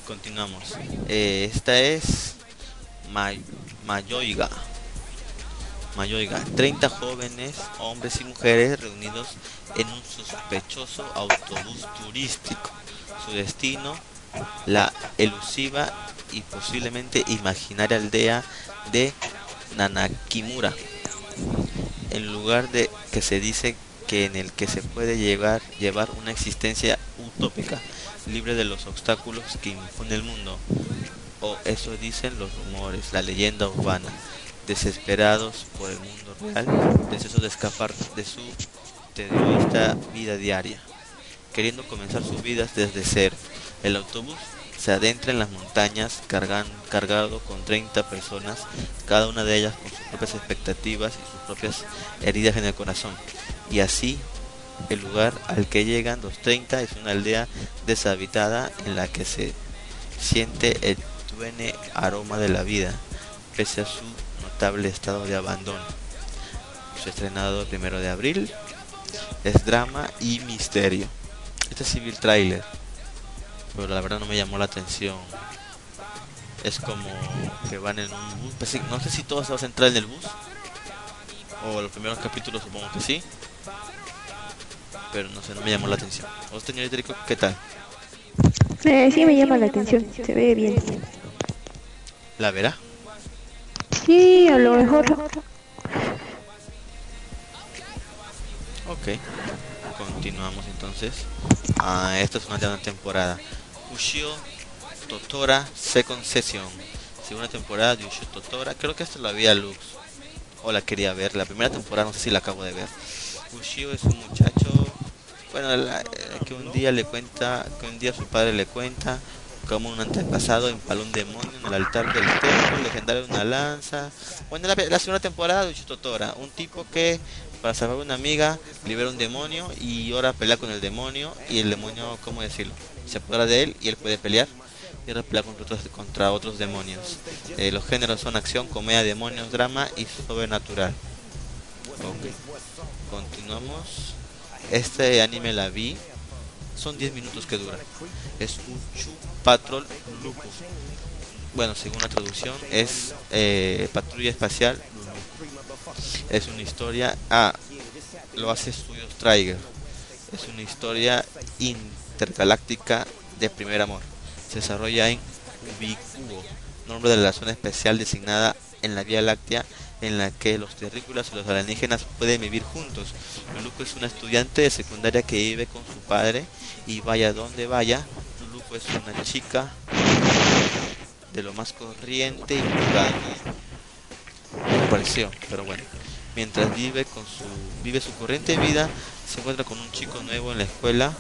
Continuamos. Esta es Mayoiga. Mayoiga, 30 jóvenes, hombres y mujeres reunidos en un sospechoso autobús turístico. Su destino, la elusiva y posiblemente imaginaria aldea de Nanakimura, en lugar de que se dice que en el que se puede llevar una existencia utópica, libre de los obstáculos que impone el mundo, o eso dicen los rumores, la leyenda urbana. Desesperados por el mundo real, deseosos de escapar de su tediosa vida diaria, queriendo comenzar sus vidas desde cero. El autobús se adentra en las montañas cargado con 30 personas, cada una de ellas con sus propias expectativas y sus propias heridas en el corazón. Y así, el lugar al que llegan los 30 es una aldea deshabitada en la que se siente el tuene aroma de la vida, pese a su notable estado de abandono. Se ha estrenado el 1 de abril. Es drama y misterio. Este es civil trailer, pero la verdad no me llamó la atención. Es como que van en un bus. Pues sí, no sé si todo se va a centrar en el bus, o los primeros capítulos supongo que sí, pero no sé, no me llamó la atención. ¿Vos, señorita Rico, qué tal? Sí me llama la atención, se ve bien. ¿La verá? Sí, a lo mejor. Ok, continuamos entonces. Esta es una nueva temporada. Ushio Totora Second Session. Segunda temporada de Ushio Totora. Creo que esta la vi a Lux, o la quería ver. La primera temporada no sé si la acabo de ver. Ushio es un muchacho, bueno, que un día su padre le cuenta como un antepasado empaló un demonio en el altar del templo legendario de una lanza. Bueno, la segunda temporada de Ushio Totora, un tipo que para salvar a una amiga libera un demonio y ahora pelea con el demonio, y el demonio, ¿cómo decirlo?, se apodera de él y él puede pelear y ahora pelea contra otros demonios. Los géneros son acción, comedia, demonios, drama y sobrenatural. Ok, continuamos. Este anime la vi, son 10 minutos que dura. Es Uchu Patrol Lupus. Bueno, según la traducción es patrulla espacial Lulu. Es una historia, lo hace Studios Trigger. Es una historia intergaláctica de primer amor. Se desarrolla en Ubicuo, nombre de la zona especial designada en la Vía Láctea, en la que los terrícolas y los alienígenas pueden vivir juntos. Luluco es una estudiante de secundaria que vive con su padre, y vaya donde vaya, Luluco es una chica de lo más corriente y jugada. Me pareció, pero bueno. Mientras vive su corriente vida, se encuentra con un chico nuevo en la escuela.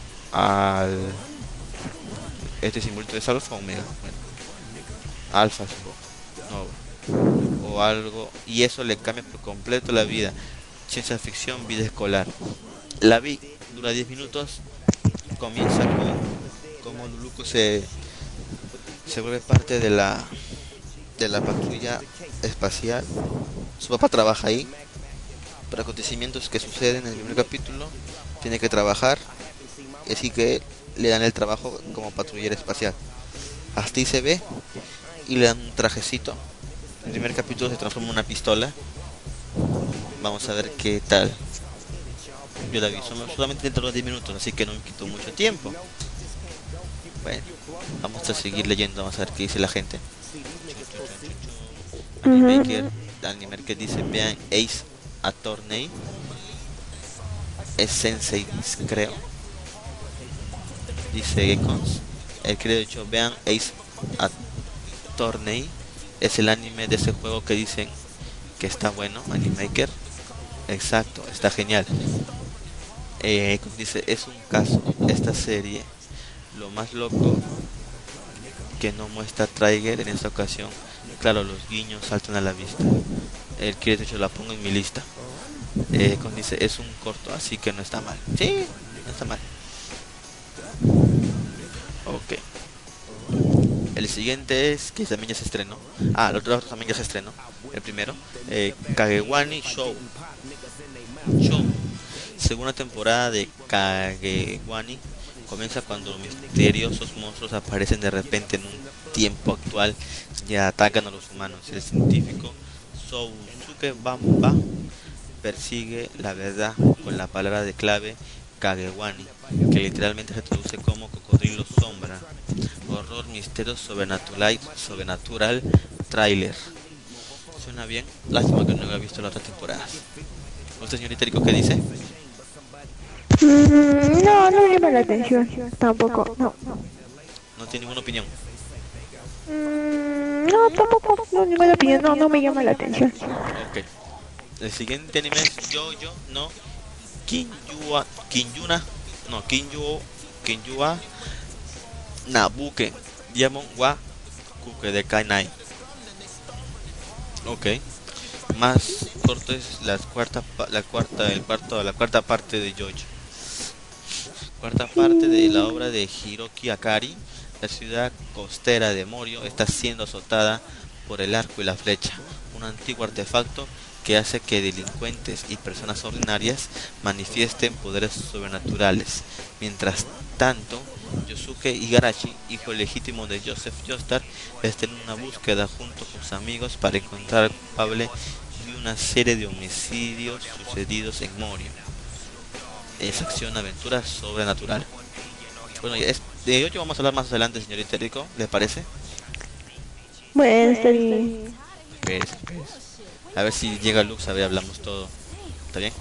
Este simbolito es alfa o omega. Bueno, alfa no, o algo, y eso le cambia por completo la vida. Ciencia ficción, vida escolar. La vi, dura 10 minutos. Comienza con como Luluco se vuelve parte de la patrulla espacial. Su papá trabaja ahí. Por acontecimientos que suceden en el primer capítulo, tiene que trabajar, así que le dan el trabajo como patrullera espacial. Hasta ahí se ve, y le dan un trajecito. El primer capítulo se transforma en una pistola. Vamos a ver qué tal. Yo la vi solamente dentro de 10 minutos, así que no me quitó mucho tiempo. Bueno, vamos a seguir leyendo, vamos a ver qué dice la gente. Anime que dice: vean Ace Attorney. Es Sensei, creo. Dice Gekons. El que de hecho, vean Ace Attorney. Es el anime de ese juego que dicen que está bueno, Animaker. Exacto, está genial. Dice: es un caso, esta serie. Lo más loco que no muestra Trigger en esta ocasión. Claro, los guiños saltan a la vista. El que de hecho la pongo en mi lista. Dice: es un corto, así que no está mal. Sí, no está mal. Ok. El siguiente es que también ya se estrenó. El otro también ya se estrenó. El primero, Kagewani Show. Segunda temporada de Kagewani Comienza cuando misteriosos monstruos aparecen de repente en un tiempo actual y atacan a los humanos. El científico Sousuke Bamba persigue la verdad con la palabra de clave Kagewani, que literalmente se traduce como cocodrilo sombra. Horror, misterio, sobrenatural, tráiler. Suena bien, lástima que no haya visto las otras temporadas. ¿Usted, señorita Rico, qué dice? No, no me llama la atención. Tampoco, no. No tiene ninguna opinión. No, tampoco, no, ninguna opinión, no, no me llama la atención. Ok. El siguiente anime es Jojo no Kinyua Nabuke Diamond wa Kukedekai Nai. Ok. Más corto es la cuarta parte de Jojo. Cuarta parte de la obra de Hiroki Akari. La ciudad costera de Morio está siendo azotada por el arco y la flecha, un antiguo artefacto que hace que delincuentes y personas ordinarias manifiesten poderes sobrenaturales. Mientras tanto, Yosuke Igarashi, hijo legítimo de Joseph Joestar, está en una búsqueda junto con sus amigos para encontrar al culpable de una serie de homicidios sucedidos en Morio. Es acción-aventura sobrenatural. Bueno, de ello vamos a hablar más adelante, señorita Rico, ¿le parece? Bueno, está bien. Pues. A ver si llega Lux, a ver, hablamos todo. ¿Está bien?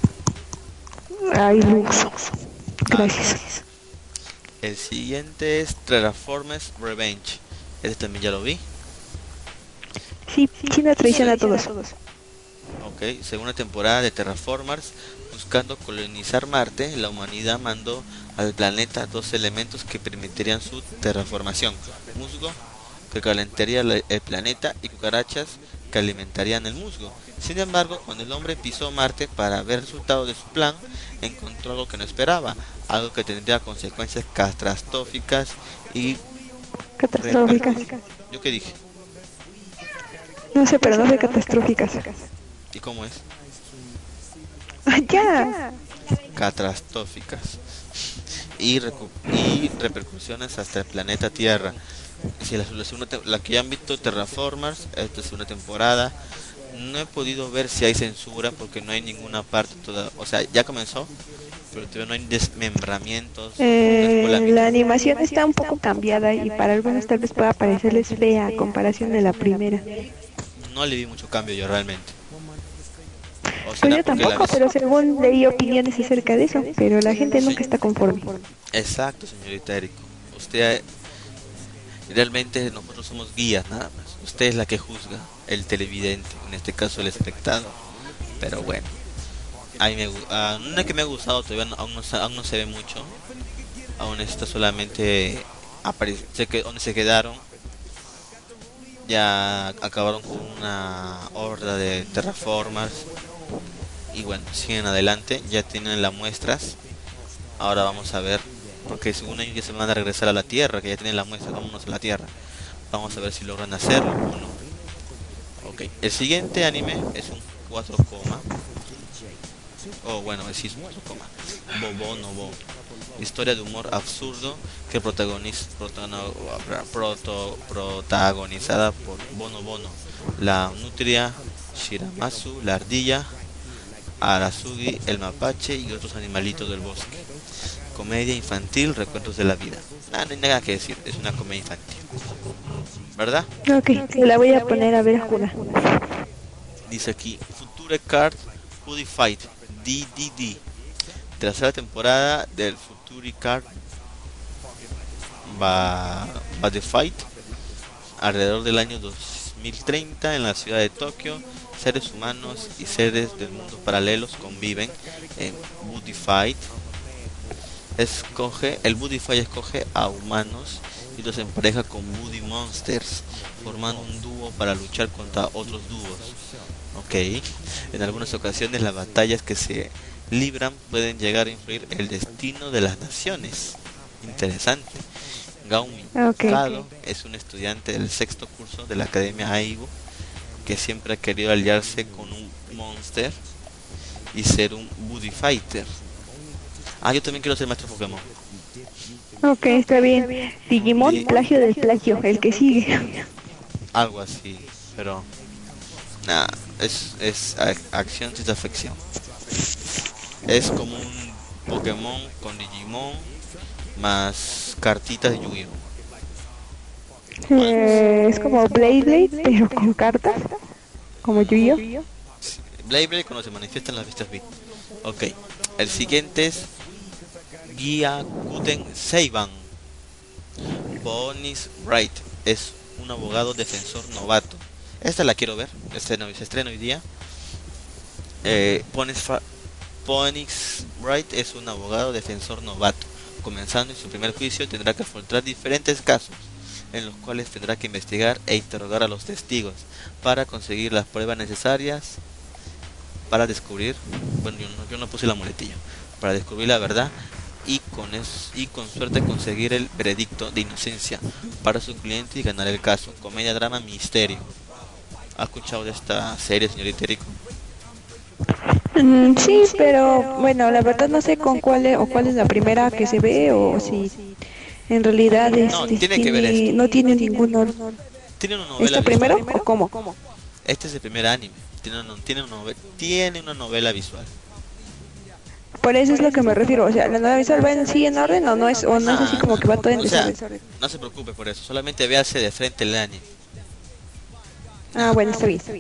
Ay, Lux. Gracias. El siguiente es Transformers Revenge. Este también ya lo vi. Sí, China traiciona a todos. Ok, segunda temporada de Terraformers. Buscando colonizar Marte, la humanidad mandó al planeta dos elementos que permitirían su terraformación: musgo, que calentaría el planeta, y cucarachas, que alimentarían el musgo. Sin embargo, cuando el hombre pisó Marte para ver el resultado de su plan, encontró algo que no esperaba, algo que tendría consecuencias catastróficas y... Catastróficas. ¿Yo qué dije? No sé, pero no sé catastróficas. ¿Y cómo es? Ya. Catastróficas y repercusiones hasta el planeta Tierra. Si la que ya han visto Terraformers, esta es una temporada. No he podido ver si hay censura porque no hay ninguna parte toda, o sea, ya comenzó, pero todavía no hay desmembramientos. La animación está un poco cambiada y para algunos tal vez pueda parecerles fea a comparación de la primera. No le vi mucho cambio yo realmente. Pues yo tampoco, pero según leí opiniones acerca de eso, pero la gente nunca está conforme. Exacto, señorita Erico. Usted realmente, nosotros somos guías nada más. Usted es la que juzga, el televidente, en este caso el espectador. Pero bueno, no es que me ha gustado, todavía aún no se ve mucho. Aún está solamente donde se quedaron. Ya acabaron con una horda de terraformers. Y bueno, siguen adelante, ya tienen las muestras. Ahora vamos a ver, porque según ellos ya se van a regresar a la Tierra, que ya tienen las muestras, vámonos a la Tierra. Vamos a ver si logran hacerlo o no. Ok, el siguiente anime es un 4, bueno, es 4, Bobo no Bo. Historia de humor absurdo que protagonizada por Bono Bono, la nutria, Shiramasu, la ardilla, Arasugi, el mapache y otros animalitos del bosque. Comedia infantil, recuentos de la vida. No hay nada que decir, es una comedia infantil, ¿verdad? Ok, la voy a poner a ver a Juna. Dice aquí, Future Card Hoodie Fight, DDD. Tercera temporada del Future Card Bad Fight. Alrededor del año 2030 en la ciudad de Tokio, seres humanos y seres del mundo paralelos conviven en Buddy Fight. El Buddy Fight escoge a humanos y los empareja con Buddy Monsters, formando un dúo para luchar contra otros dúos. Ok, en algunas ocasiones las batallas que se libran pueden llegar a influir el destino de las naciones. Interesante. Gaumi Kado es un estudiante del sexto curso de la Academia Aibo que siempre ha querido aliarse con un monster y ser un Buddy Fighter. Yo también quiero ser maestro Pokémon. Ok, está bien. Digimon, plagio del plagio, el que sigue. Algo así, pero nada, es acción ciencia ficción. Es como un Pokémon con Digimon más cartitas de Yu-Gi-Oh. Bueno, Es como Blade Blade, pero con cartas, como Yu-Gi-Oh. sí, Blade Blade cuando se manifiestan las vistas Beat. Ok, el siguiente es Gyakuten Seiban. Bonis Wright es un abogado defensor novato. Esta la quiero ver, se estrena hoy día. Phoenix Wright es un abogado defensor novato. Comenzando en su primer juicio tendrá que afrontar diferentes casos en los cuales tendrá que investigar e interrogar a los testigos para conseguir las pruebas necesarias para descubrir, bueno, yo no puse la muletilla, para descubrir la verdad y con suerte conseguir el veredicto de inocencia para su cliente y ganar el caso. Comedia, drama, misterio. ¿Ha escuchado de esta serie, señorita Erico? Sí, pero bueno, la verdad no sé con cuál es, o cuál es la primera que se ve o si en realidad No, tiene que ver esto. no tiene ninguno. Tiene una novela ¿Esto primero visual. o cómo? Este es el primer anime. Tiene una novela visual. Por eso es lo que me refiero, o sea, la nueva visual va en sí en orden o no es así Nah, como que va todo en o sea, desorden. no se preocupe por eso. Solamente véase de frente el anime. Ah, bueno, está bien.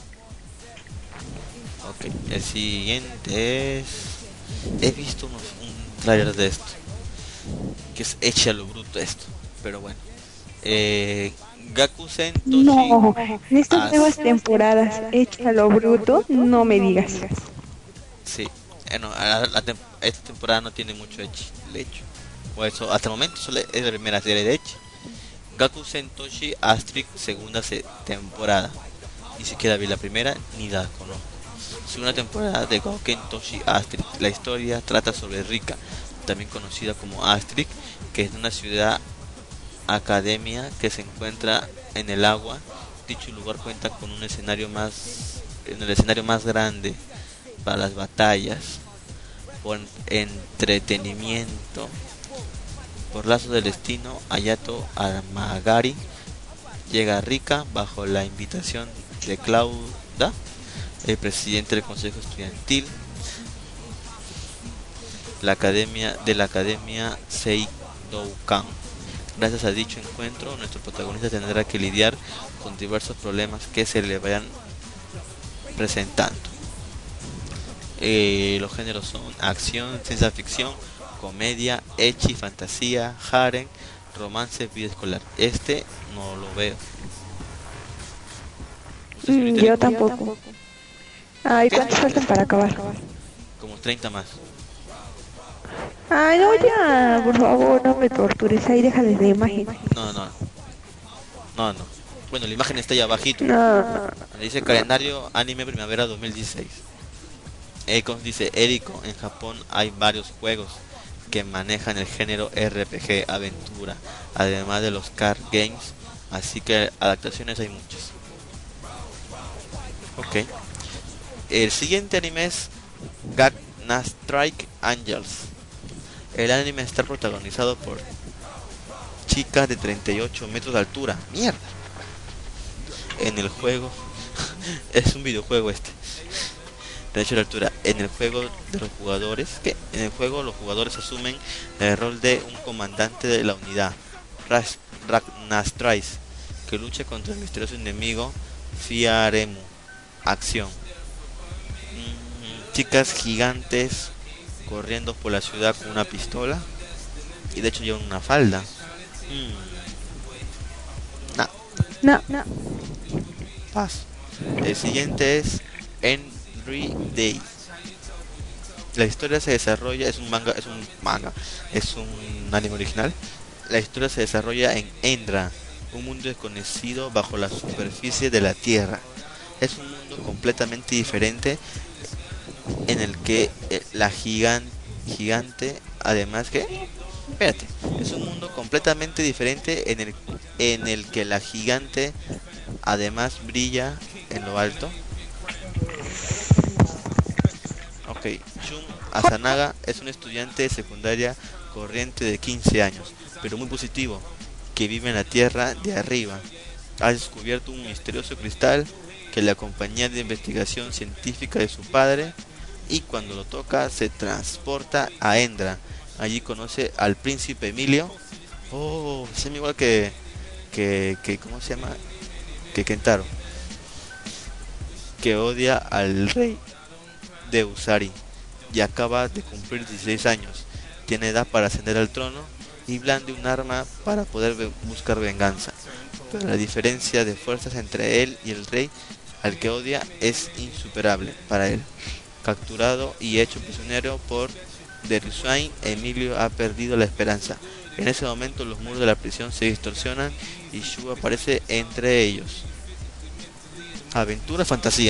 Ok, el siguiente es... He visto un trailer de esto, que es hecha a lo bruto esto, pero bueno. Gakusen Toshi No, en estas As... nuevas temporadas, hecha lo bruto, no me digas. Sí, no, esta temporada no tiene mucho hecho. O eso, hasta el momento solo es la primera serie de Echi. Gakusen Toshi Asterix segunda temporada. Ni siquiera vi la primera ni la conozco. Segunda temporada de Gakusen Toshi Asterix. La historia trata sobre Rika, también conocida como Asterix, que es una ciudad academia que se encuentra en el agua. Dicho lugar cuenta con un escenario en el escenario más grande para las batallas, por entretenimiento. Por lazo del destino, Ayato Armagari llega a Rika bajo la invitación de Clauda, el presidente del consejo estudiantil de la academia Seidoukan. Gracias a dicho encuentro, nuestro protagonista tendrá que lidiar con diversos problemas que se le vayan presentando. Los géneros son acción, ciencia ficción, comedia, ecchi, fantasía, harem, romance, vida escolar. Este no lo veo. ¿Usted, señorita Yo Rico? tampoco. Ay, ¿cuántos faltan para acabar? Como 30 más. Ay, no, ya, por favor, no me tortures. Ahí déjale la imagen. No, no, no, no. Bueno, la imagen está ahí abajito. No. Dice calendario anime primavera 2016. Ecos dice Erico, en Japón hay varios juegos que manejan el género RPG, aventura, además de los card games, así que adaptaciones hay muchas. Ok. El siguiente anime es Gangnam Strike Angels. El anime está protagonizado por chicas de 38 metros de altura. Mierda. En el juego es un videojuego este. De hecho, la altura en el juego de los jugadores, que en el juego los jugadores asumen el rol de un comandante de la unidad Ragnastrais, que lucha contra el misterioso enemigo Fiaremu. Acción. Chicas gigantes corriendo por la ciudad con una pistola y de hecho llevan una falda. Nah, No. paso. El siguiente es Henry Day. La historia se desarrolla, es un anime original. La historia se desarrolla en Endra, un mundo desconocido bajo la superficie de la Tierra. Es un mundo completamente diferente en el que la gigante, además que, espérate, es un mundo completamente diferente en el que la gigante además brilla en lo alto. Ok, Chun Asanaga es un estudiante de secundaria corriente de 15 años, pero muy positivo, que vive en la tierra de arriba. Ha descubierto un misterioso cristal que la compañía de investigación científica de su padre, y cuando lo toca se transporta a Endra. Allí conoce al príncipe Emilio. Oh, se llama igual que ¿cómo se llama? Que Kentaro, que odia al rey de Usari y acaba de cumplir 16 años. Tiene edad para ascender al trono y blande un arma para poder buscar venganza. Pero la diferencia de fuerzas entre él y el rey al que odia es insuperable para él. Capturado y hecho prisionero por Deruswain, Emilio ha perdido la esperanza. En ese momento los muros de la prisión se distorsionan y Shu aparece entre ellos. Aventura, fantasía.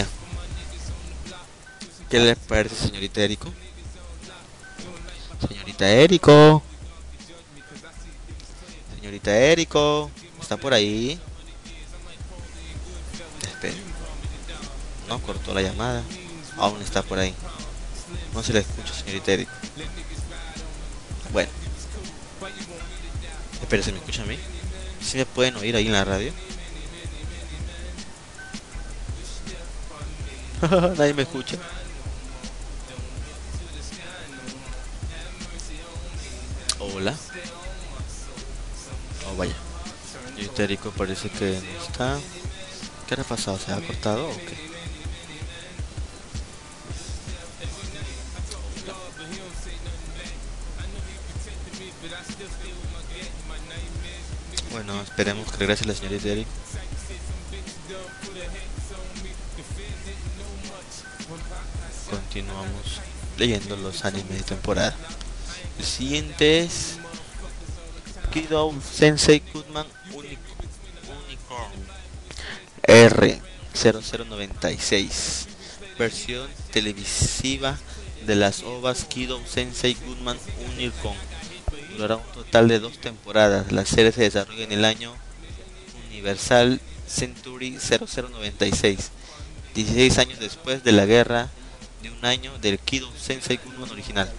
¿Qué les parece, señorita Eriko? Señorita Eriko. Señorita Eriko. ¿Está por ahí? Espera. No, cortó la llamada. Aún está por ahí. No se la escucha, señorita Eriko. Bueno. Espera, ¿se me escucha a mí? ¿Sí me pueden oír ahí en la radio? Nadie me escucha. Hola. Oh, vaya. Señorita Eriko parece que no está. ¿Qué ha pasado? ¿Se ha cortado o qué? Bueno, esperemos que regrese la señorita Eriko. Continuamos leyendo los animes de temporada. El siguiente es Kidou Sensei Goodman Unicorn R0096, versión televisiva de las ovas Kidou Sensei Goodman Unicorn. Durará un total de 2 temporadas. La serie se desarrolla en el año Universal Century 0096, 16 años después de la guerra de un año del Kidou Sensei Goodman original,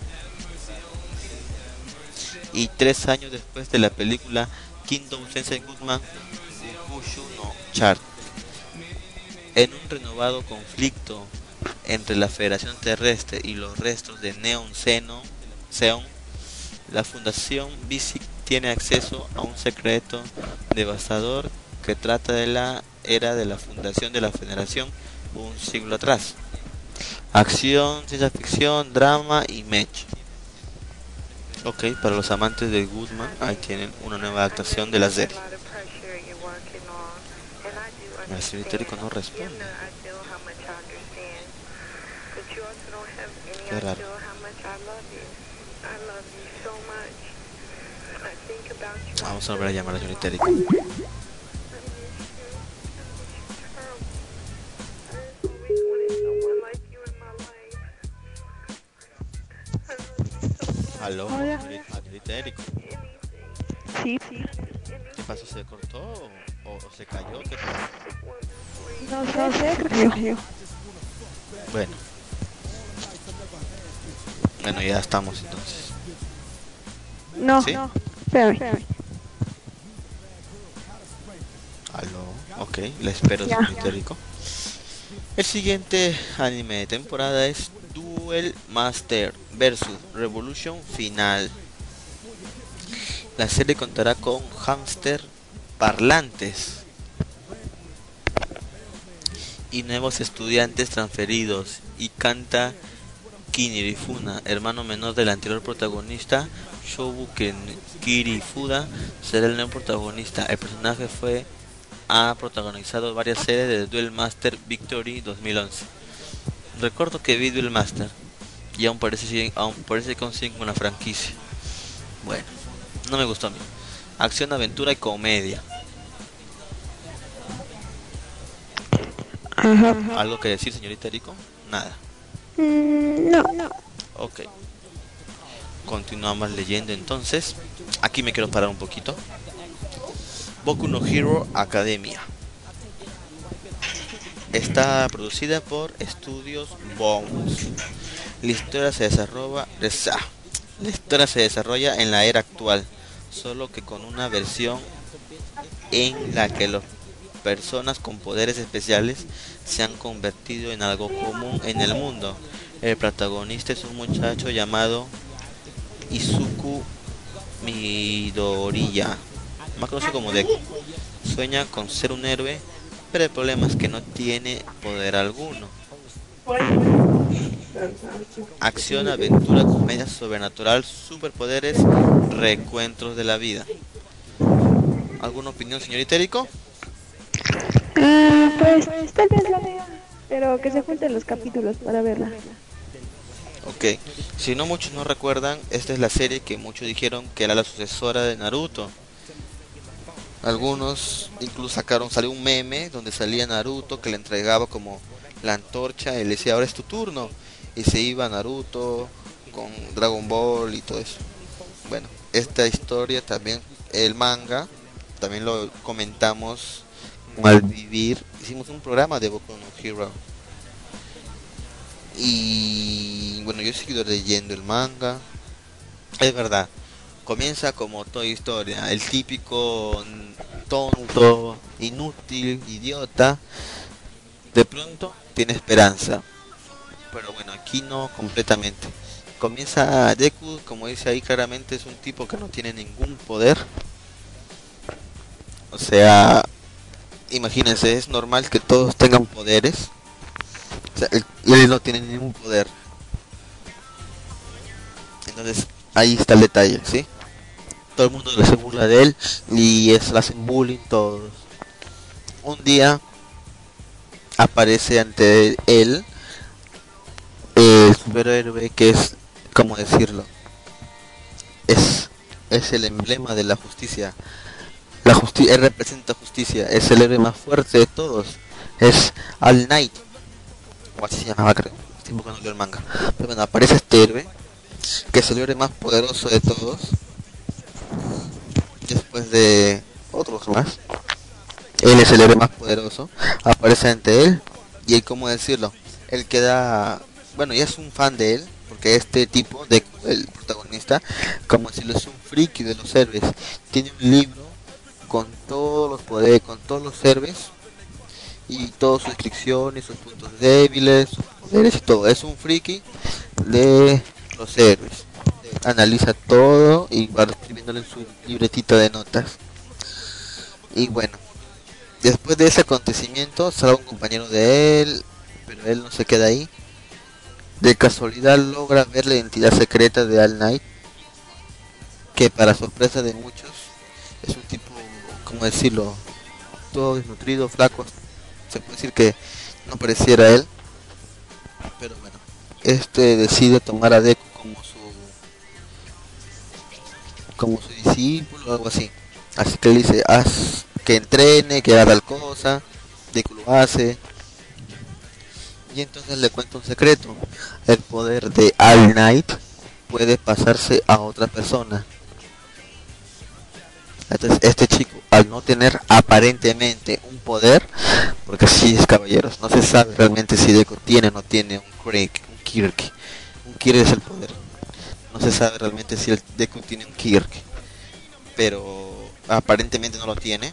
y 3 años después de la película Kidou Sensei Goodman Gokushu no Chart. En un renovado conflicto entre la Federación Terrestre y los restos de Neon Zeon, la Fundación Basic tiene acceso a un secreto devastador que trata de la era de la fundación de la Federación un siglo atrás. Acción, ciencia ficción, drama y mech. Ok, para los amantes de Goodman, ahí tienen una nueva adaptación de la serie. El señorita Eriko no responde. Qué raro. Vamos a volver a llamar a la señorita Eriko. Aló, Hola. señorita Eriko. Sí, ¿Qué pasó? ¿Se cortó o se cayó? ¿Qué pasó? no sé, creo. Bueno, ya estamos entonces. No, ¿Sí? espérame. Aló, ok, la espero, Ya. señorita Eriko. El siguiente anime de temporada es Duel Master vs Revolution Final. La serie contará con hámster parlantes y nuevos estudiantes transferidos, y Kanta Kirifuna, hermano menor del anterior protagonista, Shobu Kirifuda, será el nuevo protagonista. El personaje ha protagonizado varias series de Duel Master Victory 2011. Recuerdo que vi Duel Master y aún parece que aún siguen con la franquicia. Bueno, no me gustó a mí. Acción, aventura y comedia. Ajá. ¿Algo que decir, señorita Eriko? Nada. No. Ok. Continuamos leyendo entonces. Aquí me quiero parar un poquito. Boku no Hero Academia. Está producida por Estudios Bones. La historia se la historia se desarrolla en la era actual, solo que con una versión en la que las personas con poderes especiales se han convertido en algo común en el mundo. El protagonista es un muchacho llamado Izuku Midoriya, más conocido como Deku. Sueña con ser un héroe, pero el problema es que no tiene poder alguno. Acción, aventura, comedia sobrenatural, superpoderes, reencuentros de la vida. ¿Alguna opinión, señor Itérico? Pues tal vez la vea, pero que se junten los capítulos para verla. Ok, si no muchos no recuerdan, esta es la serie que muchos dijeron que era la sucesora de Naruto. Algunos incluso salió un meme donde salía Naruto que le entregaba como la antorcha y le decía ahora es tu turno. Y se iba Naruto con Dragon Ball y todo eso. Bueno, esta historia también, el manga, también lo comentamos al vivir. Hicimos un programa de Boku no Hero. Y bueno, yo he seguido leyendo el manga. Es verdad, comienza como toda historia, el típico tonto, inútil, idiota. De pronto tiene esperanza. Pero bueno, aquí no completamente. Comienza Deku, como dice ahí claramente, es un tipo que no tiene ningún poder. O sea, imagínense, es normal que todos tengan poderes. O sea, él no tiene ningún poder. Entonces, ahí está el detalle, ¿sí? Todo el mundo se burla de él y le hacen bullying todos. Un día aparece ante él el superhéroe que es, ¿cómo decirlo? Es el emblema de la justicia. Él representa justicia, es el héroe más fuerte de todos. Es All Knight, o así se llamaba, creo. Estoy buscando el manga. Pero bueno, aparece este héroe, que es el héroe más poderoso de todos, después de otros más. Él es el héroe más poderoso, aparece ante él, y él, ¿cómo decirlo? Él queda, bueno, ya es un fan de él, porque este tipo, de el protagonista, como decirlo, es un friki de los héroes. Tiene un libro con todos los poderes, con todos los héroes, y todas sus descripciones, sus puntos débiles, sus poderes y todo. Es un friki de los héroes. Analiza todo y va escribiéndolo en su libretita de notas. Y bueno, después de ese acontecimiento sale un compañero de él, pero él no se queda ahí. De casualidad logra ver la identidad secreta de All Knight, que para sorpresa de muchos es un tipo, ¿cómo decirlo? Todo desnutrido, flaco. Se puede decir que no pareciera él, pero bueno, decide tomar a Deku como su discípulo o algo así. Así que él dice, haz que entrene, que haga tal cosa. Deku lo hace. Y entonces le cuenta un secreto. El poder de All Knight puede pasarse a otra persona. Entonces este chico, al no tener aparentemente un poder, porque sí es caballeros, no se sabe realmente si Deku tiene o no tiene un Kirk. Un Kirk es el poder. No se sabe realmente si el Deku tiene un Kirk, pero aparentemente no lo tiene.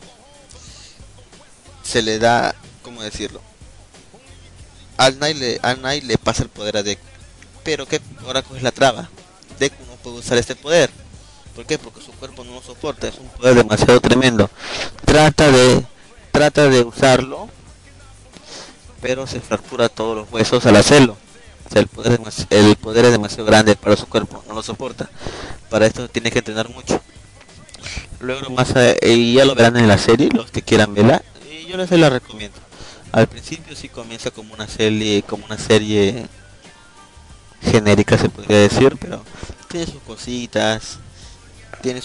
Se le da, ¿cómo decirlo? All Knight le pasa el poder a Deku. Pero que ahora coge la traba. Deku no puede usar este poder. ¿Por qué? Porque su cuerpo no lo soporta. Es un poder demasiado tremendo. Trata de usarlo, pero se fractura todos los huesos al hacerlo. O sea, el poder es demasiado grande para su cuerpo, no lo soporta. Para esto tiene que entrenar mucho. Luego ya lo verán en la serie, los que quieran verla, y yo les la recomiendo. Al principio sí comienza como una serie genérica, se podría decir, pero tiene sus cositas, tiene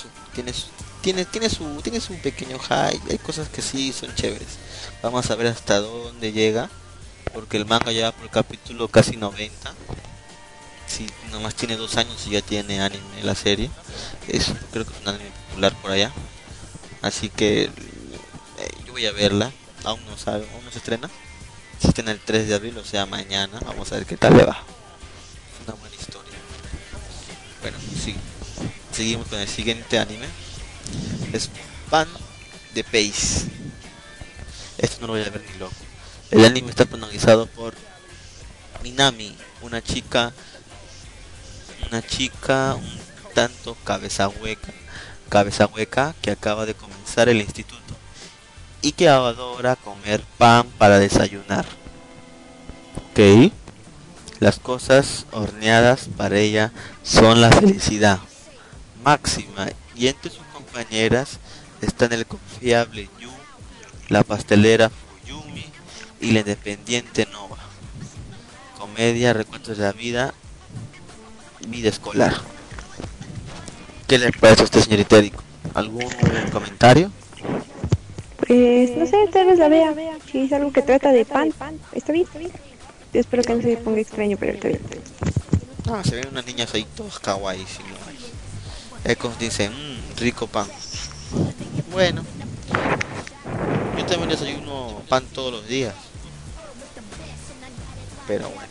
su pequeño hype. Hay cosas que sí son chéveres. Vamos a ver hasta dónde llega, porque el manga ya va por el capítulo casi 90. Si nomás tiene 2 años y ya tiene anime la serie. Creo que es un anime popular por allá. Así que yo voy a verla. Aún no se estrena. Se estrena el 3 de abril, o sea mañana. Vamos a ver qué tal le va. Es una seguimos con el siguiente anime. Es Pan de Pace. Esto no lo voy a ver ni loco. El anime está protagonizado por Minami, una chica un tanto cabeza hueca que acaba de comenzar el instituto y que adora comer pan para desayunar. Ok, las cosas horneadas para ella son la felicidad máxima, y entre sus compañeras están el confiable Yu, la pastelera Fuyumi y la independiente Nova. Comedia, recuentos de la vida escolar. ¿Qué le parece a usted, señorita Erico? ¿Algún comentario? Pues no sé, tal vez la vea. Si es algo que trata de pan, está bien. Yo espero que no se ponga extraño, pero está bien. Ah, se ven unas niñas ahí todas kawaii. Ecos dice, rico pan. Bueno, yo también desayuno pan todos los días. Pero bueno.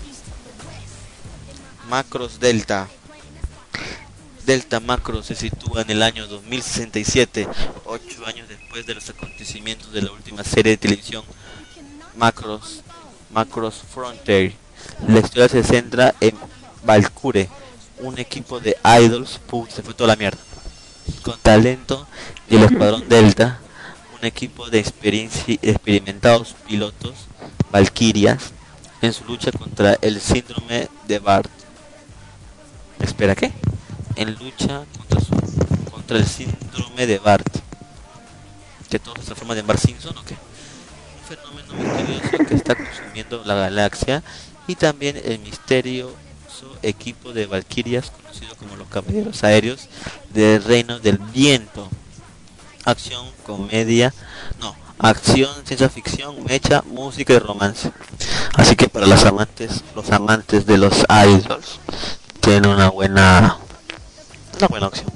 Macros Delta. Delta Macros se sitúa en el año 2067, 8 años después de los acontecimientos de la última serie de televisión Macros Frontier. La historia se centra en Valkyrie, un equipo de idols, se fue toda la mierda, con talento, y el Escuadrón Delta, un equipo de experimentados pilotos Valkyrias en su lucha contra el síndrome de Bart. Espera, ¿qué? En lucha contra el síndrome de Bart, que todo se transforma en Bart Simpson, ¿o qué? Un fenómeno misterioso que está consumiendo la galaxia, y también el misterioso equipo de Valkyrias conocido como los Caballeros Aéreos del Reino del Viento. Acción, ciencia ficción, mecha, música y romance. Así que para los amantes de los idols, tienen una buena opción.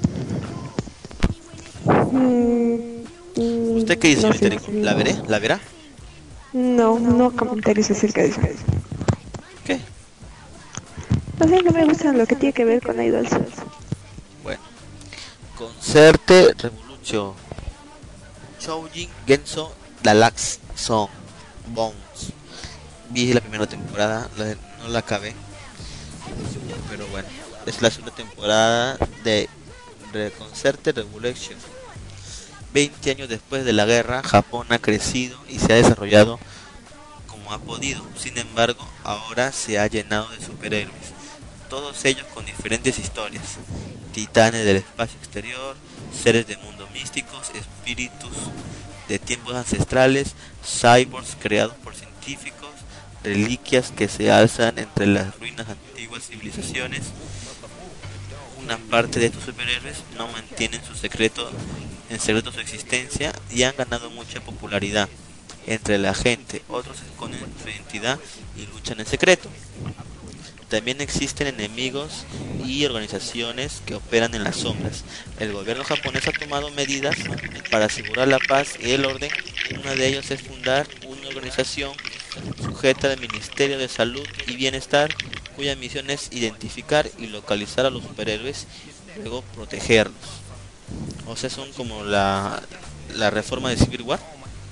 ¿Usted qué dice, no sé, ¿La veré? ¿La verá? No comentarios acerca de eso. ¿Qué? No sé, no me gusta lo que tiene que ver con idols. Bueno, Concerte Revolution, Choujin Genso Dalax Song Bones. Vi la primera temporada, no la acabé, pero bueno, es la segunda temporada de Concerte Revolution. 20 años después de la guerra, Japón ha crecido y se ha desarrollado como ha podido. Sin embargo, ahora se ha llenado de superhéroes, todos ellos con diferentes historias: titanes del espacio exterior, seres de mundos místicos, espíritus de tiempos ancestrales, cyborgs creados por científicos, reliquias que se alzan entre las ruinas de antiguas civilizaciones. Una parte de estos superhéroes no mantienen en secreto su existencia y han ganado mucha popularidad entre la gente. Otros esconden su identidad y luchan en secreto. También existen enemigos y organizaciones que operan en las sombras. El gobierno japonés ha tomado medidas para asegurar la paz y el orden. Una de ellos es fundar una organización sujeta al Ministerio de Salud y Bienestar, cuya misión es identificar y localizar a los superhéroes y luego protegerlos. O sea, son como la reforma de Civil War.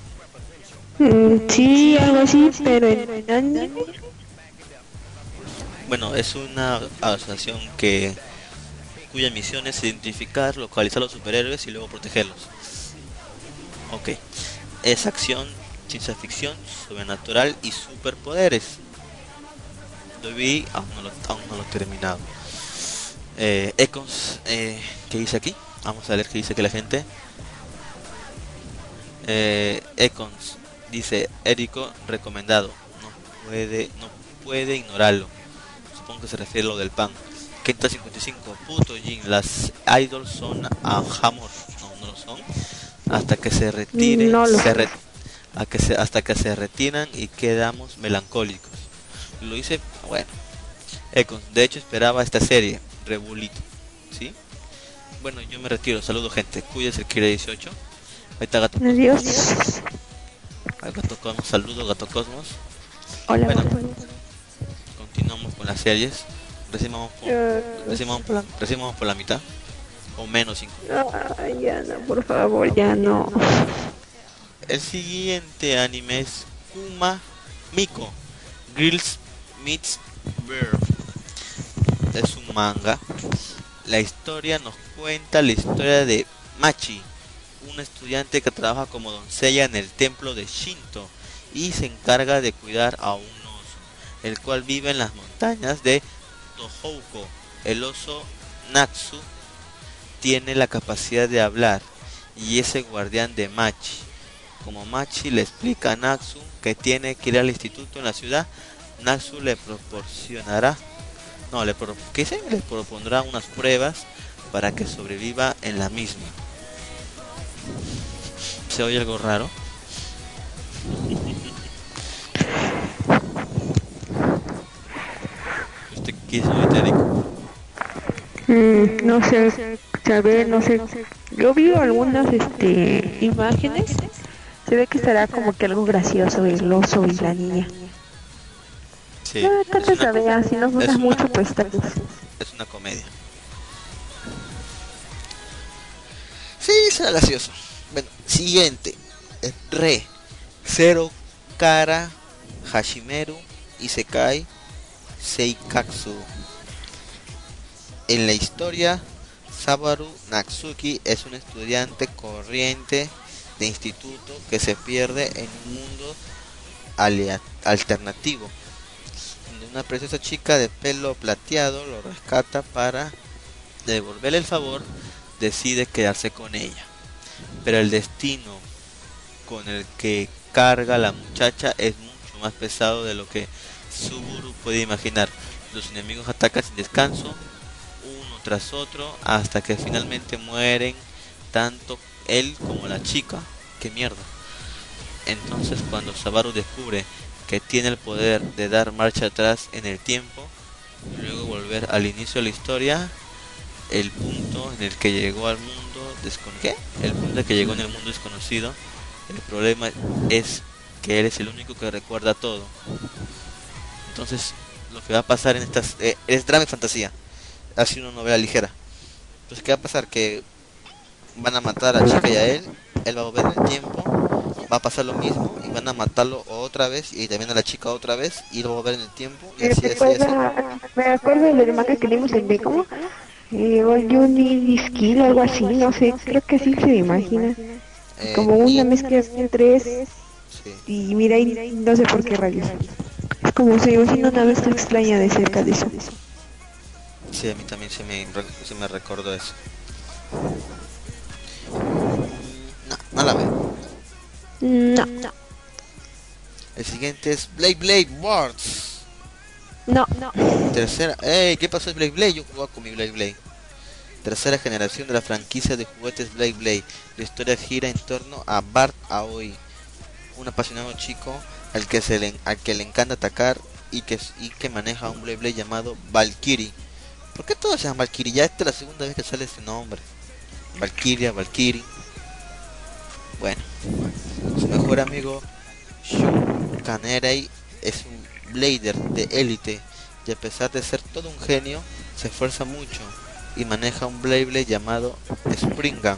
Sí, algo así, pero en anime. Bueno, es una asociación cuya misión es identificar, localizar a los superhéroes y luego protegerlos. Ok, es acción, ciencia ficción, sobrenatural y superpoderes. Lo vi, aún no lo he terminado. Econs, ¿qué dice aquí? Vamos a ver qué dice que la gente. Econs dice: Érico recomendado. No puede ignorarlo. Supongo que se refiere a lo del pan. Kenta 55, puto Jin, las idols son a Hamor. No lo son. Hasta que se retiren. Hasta que se retiran y quedamos melancólicos. Lo hice, bueno. Econs, de hecho esperaba esta serie, Rebulito. ¿Sí? Bueno, yo me retiro. Saludos, gente. Cuídense, el Kira 18. Ahí está Gato Cosmos. Adiós. Gato Cosmos, saludos, Gato Cosmos. Hola. Bueno, continuamos con las series. Recién vamos por la mitad. o menos incluso. Ay, ya no, por favor, ya no. El siguiente anime es Kuma Miko Girls Meets Bear. Es un manga. La historia nos cuenta la historia de Machi, un estudiante que trabaja como doncella en el templo de Shinto y se encarga de cuidar a un oso, el cual vive en las montañas de Tohoku. El oso Natsu tiene la capacidad de hablar y es el guardián de Machi. Como Machi le explica a Natsu que tiene que ir al instituto en la ciudad, Natsu le proporcionará, no, ¿qué dice? Le propondrá unas pruebas para que sobreviva en la misma. ¿Se oye algo raro? ¿Usted qué hizo, Eric? No sé, saber, no sé. Yo vi algunas imágenes. Se ve que estará como que algo gracioso el oso y la niña. Sí, No, tal vez la vea, si no gusta mucho, pues tal vez. es una comedia. Sí, será gracioso. Bueno, siguiente. Re. Zero Kara Hashimeru Isekai Seikatsu. En la historia, Sabaru Natsuki es un estudiante corriente de instituto que se pierde en un mundo alternativo, donde una preciosa chica de pelo plateado lo rescata. Para devolverle el favor, decide quedarse con ella, pero el destino con el que carga la muchacha es mucho más pesado de lo que Subaru puede imaginar. Los enemigos atacan sin descanso, uno tras otro, hasta que finalmente mueren tanto él como la chica. ¡Qué mierda! Entonces, cuando Subaru descubre que tiene el poder de dar marcha atrás en el tiempo y luego volver al inicio de la historia, el punto en el que llegó al mundo el punto en que llegó en el mundo desconocido, el problema es que él es el único que recuerda todo. Entonces, lo que va a pasar en estas es drama y fantasía, así una novela ligera. Entonces, ¿qué va a pasar? Que van a matar a la chica y a él va a volver en el tiempo, va a pasar lo mismo y van a matarlo otra vez y también a la chica otra vez y lo va a volver en el tiempo y así. Me acuerdo del manga que leímos en Becomo. All You Need Is Kill, algo así, no sé, creo que así se me imagina. Como una mezcla entre tres. Sí. Y mira, y no sé por qué rayos. Es como se imagina una mezcla extraña de cerca de eso. Sí, a mí también se me recordó eso. No la veo. No. El siguiente es Blade Wars. No. Tercera. ¿Qué pasó en Blade? Yo jugaba con mi Blade. Tercera generación de la franquicia de juguetes Blade. La historia gira en torno a Bart Aoi, un apasionado chico al que le encanta atacar y que maneja un Blade llamado Valkyrie. ¿Por qué todos se llaman Valkyrie? Ya esta es la segunda vez que sale este nombre. Valkyrie. Bueno, su mejor amigo Shu Kanerei es un blader de élite y a pesar de ser todo un genio, se esfuerza mucho y maneja un Blade llamado Springan.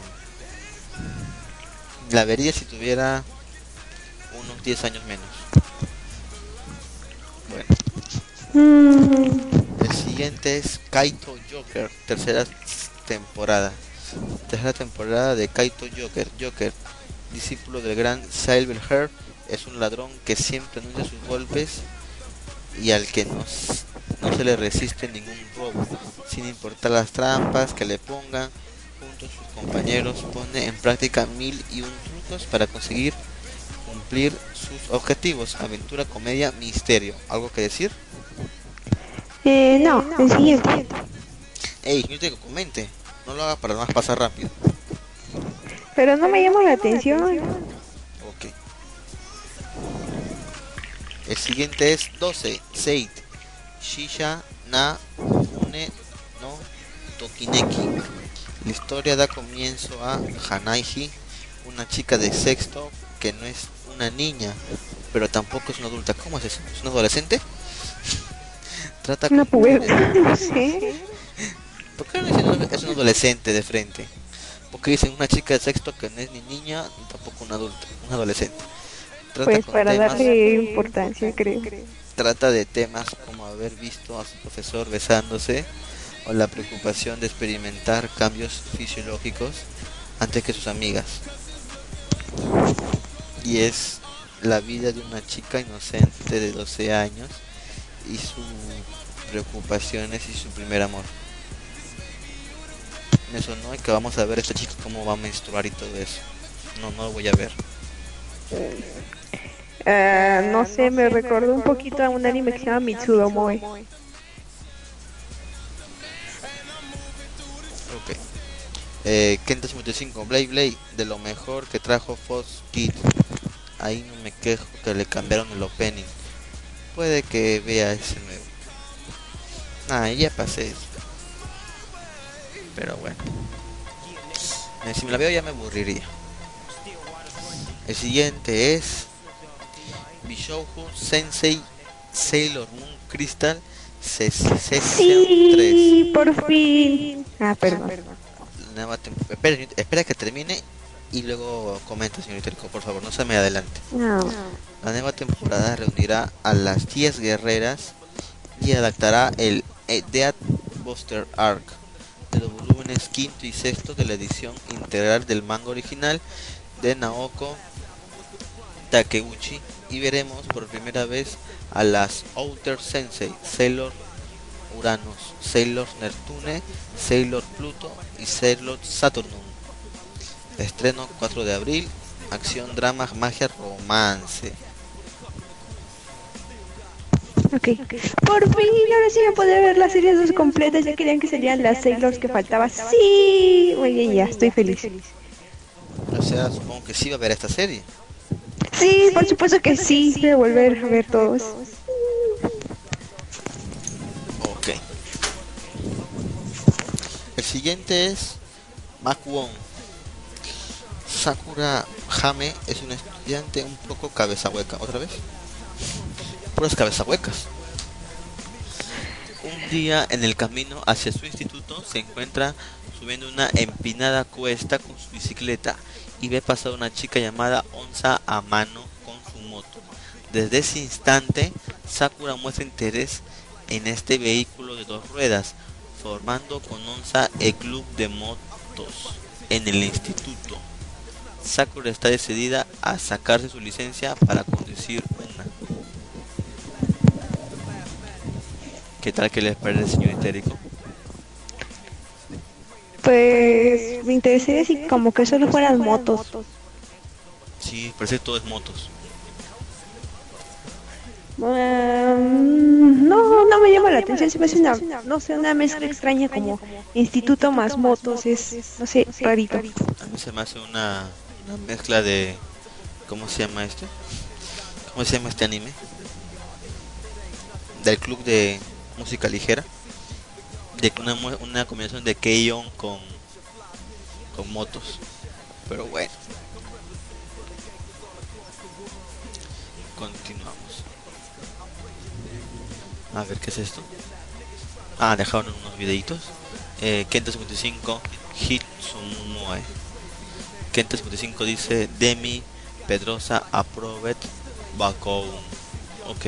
La vería si tuviera unos 10 años menos. Bueno, el siguiente es Kaito Joker, tercera temporada de Kaito Joker, discípulo del gran Silverhair, es un ladrón que siempre anuncia sus golpes y al que no se le resiste ningún robo, sin importar las trampas que le pongan. Junto a sus compañeros pone en práctica 1001 trucos para conseguir cumplir sus objetivos. Aventura, comedia, misterio. ¿Algo que decir? No, el siguiente. Ey, yo te comente, no lo haga para más pasar rápido. Pero no me llama la atención. Ok. El siguiente es 12. Seid Shisha na Une no Tokineki. La historia da comienzo a Hanaiji, una chica de sexto que no es una niña, pero tampoco es una adulta. ¿Cómo es eso? ¿Es una adolescente? Trata Una con puberta, no sé. ¿Por qué no dicen es un adolescente de frente? Porque dicen una chica de sexto que no es ni niña ni tampoco un adulto, un adolescente. Trata Pues con para temas, darle importancia, creo. trata de temas como haber visto a su profesor besándose o la preocupación de experimentar cambios fisiológicos antes que sus amigas. Y es la vida de una chica inocente de 12 años y sus preocupaciones y su primer amor. Eso no, y que vamos a ver a esta chica cómo va a menstruar y todo eso. No, no lo voy a ver. No sé, me recordó un poquito a un anime que se llama Mitsudomoe. Ok. Kenta 55, Blade Blade, de lo mejor que trajo Fox Kids. Ahí no me quejo que le cambiaron el opening. Puede que vea ese nuevo. Ah, ya pasé eso. Pero bueno. Si me la veo ya me aburriría. El siguiente es Bishoujo Sensei Sailor Moon Crystal Session 3. Sí, por fin. Ah, perdón. Espera que termine y luego comenta, señorita Rico, por favor, no se me adelante. No. La nueva temporada reunirá a las 10 guerreras y adaptará el Death Buster Arc de los volúmenes quinto y sexto de la edición integral del manga original de Naoko Takeuchi, y veremos por primera vez a las Outer Sensei, Sailor Uranus, Sailor Neptune, Sailor Pluto y Sailor Saturnum. Estreno 4 de abril, acción, drama, magia, romance. Ok. Por fin, ahora sí voy a poder ver las series 2 completas. Ya querían que serían las Sailors que faltaba. Sí. Muy bien, ya, estoy feliz. O sea, supongo que sí va a ver esta serie. Sí, por supuesto que sí. Voy a volver a ver todos. Ok. El siguiente es Makwon. Sakura Hame es una estudiante un poco cabeza hueca. ¿Otra vez? Puras cabeza huecas. Un día en el camino hacia su instituto se encuentra subiendo una empinada cuesta con su bicicleta y ve pasar una chica llamada Onza a mano con su moto. Desde ese instante, Sakura muestra interés en este vehículo de dos ruedas, formando con Onza el club de motos en el instituto. Sakura está decidida a sacarse su licencia para conducir una. ¿Qué tal que les parece, señor Itérico? Pues me interesaría si como que solo fueran motos. Sí, parece que todo es motos. No me llama la atención, se me hace una, no sé, una mezcla extraña como instituto más motos, es, no sé, rarito. A mí se me hace una mezcla de... ¿Cómo se llama este? ¿Cómo se llama este anime? Del club de música ligera. De una combinación de Keion con motos. Pero bueno. Continuamos. A ver, ¿qué es esto? Ah, dejaron unos videitos. Kenta 55 Hitsumoe. Kenta 55 dice Demi Pedrosa Approved Bakou. Ok.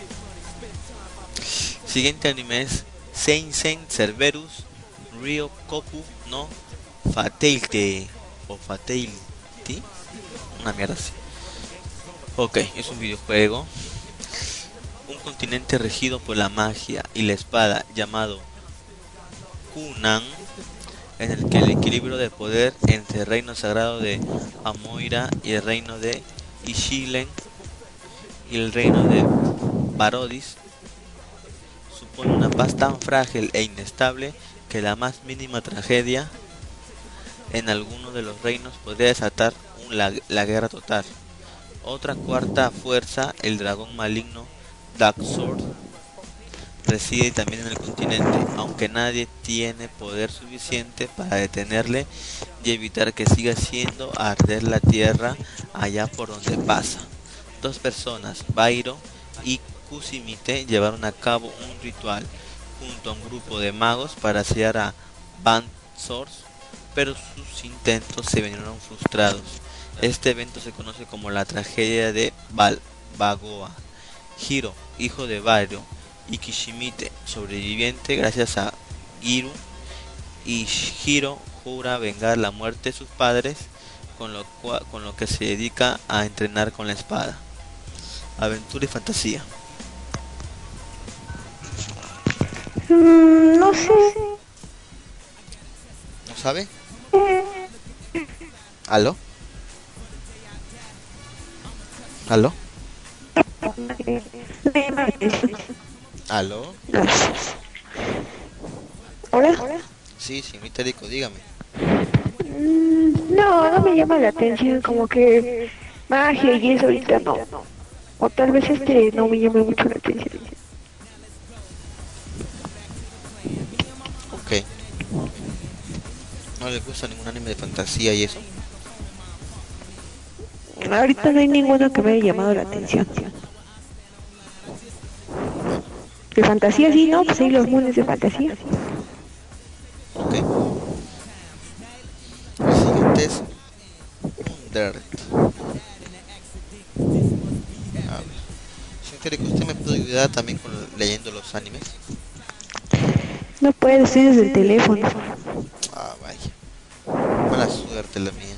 Siguiente anime es Seinsen Cerberus Ryokoku no Fatalte o Fatality. Una mierda así. Ok, es un videojuego. Un continente regido por la magia y la espada llamado Kunan, en el que el equilibrio de poder entre el reino sagrado de Amoira y el reino de Ishilen y el reino de Barodis supone una paz tan frágil e inestable que la más mínima tragedia en alguno de los reinos podría desatar la guerra total. Otra cuarta fuerza, el dragón maligno Darksword, reside también en el continente, aunque nadie tiene poder suficiente para detenerle y evitar que siga haciendo arder la tierra allá por donde pasa. Dos personas, Bairo y Kusimite, llevaron a cabo un ritual junto a un grupo de magos para sellar a Band Source, pero sus intentos se vinieron frustrados. Este evento se conoce como la tragedia de Bagoa. Hiro, hijo de Bairo, y Kishimite, sobreviviente gracias a Giru, y Hiro jura vengar la muerte de sus padres, con lo que se dedica a entrenar con la espada. Aventura y fantasía. No sé. ¿No sabe? ¿Aló? ¿Aló? ¿Aló? ¿Hola? Sí, señorita Rico, dígame. No, no me llama la atención, como que magia y eso ahorita no. O tal vez no me llame mucho la atención. Ok. ¿No le gusta ningún anime de fantasía y eso? Ahorita no hay ninguno que me haya llamado la atención. De fantasía sí, ¿no? Pues hay los mundos de fantasía. Ok. El siguiente es Undert. A ver. Señorita Rico, ¿usted me puede ayudar también con leyendo los animes? No puedo, estoy desde el teléfono. Ah, vaya. Mala suerte la mía.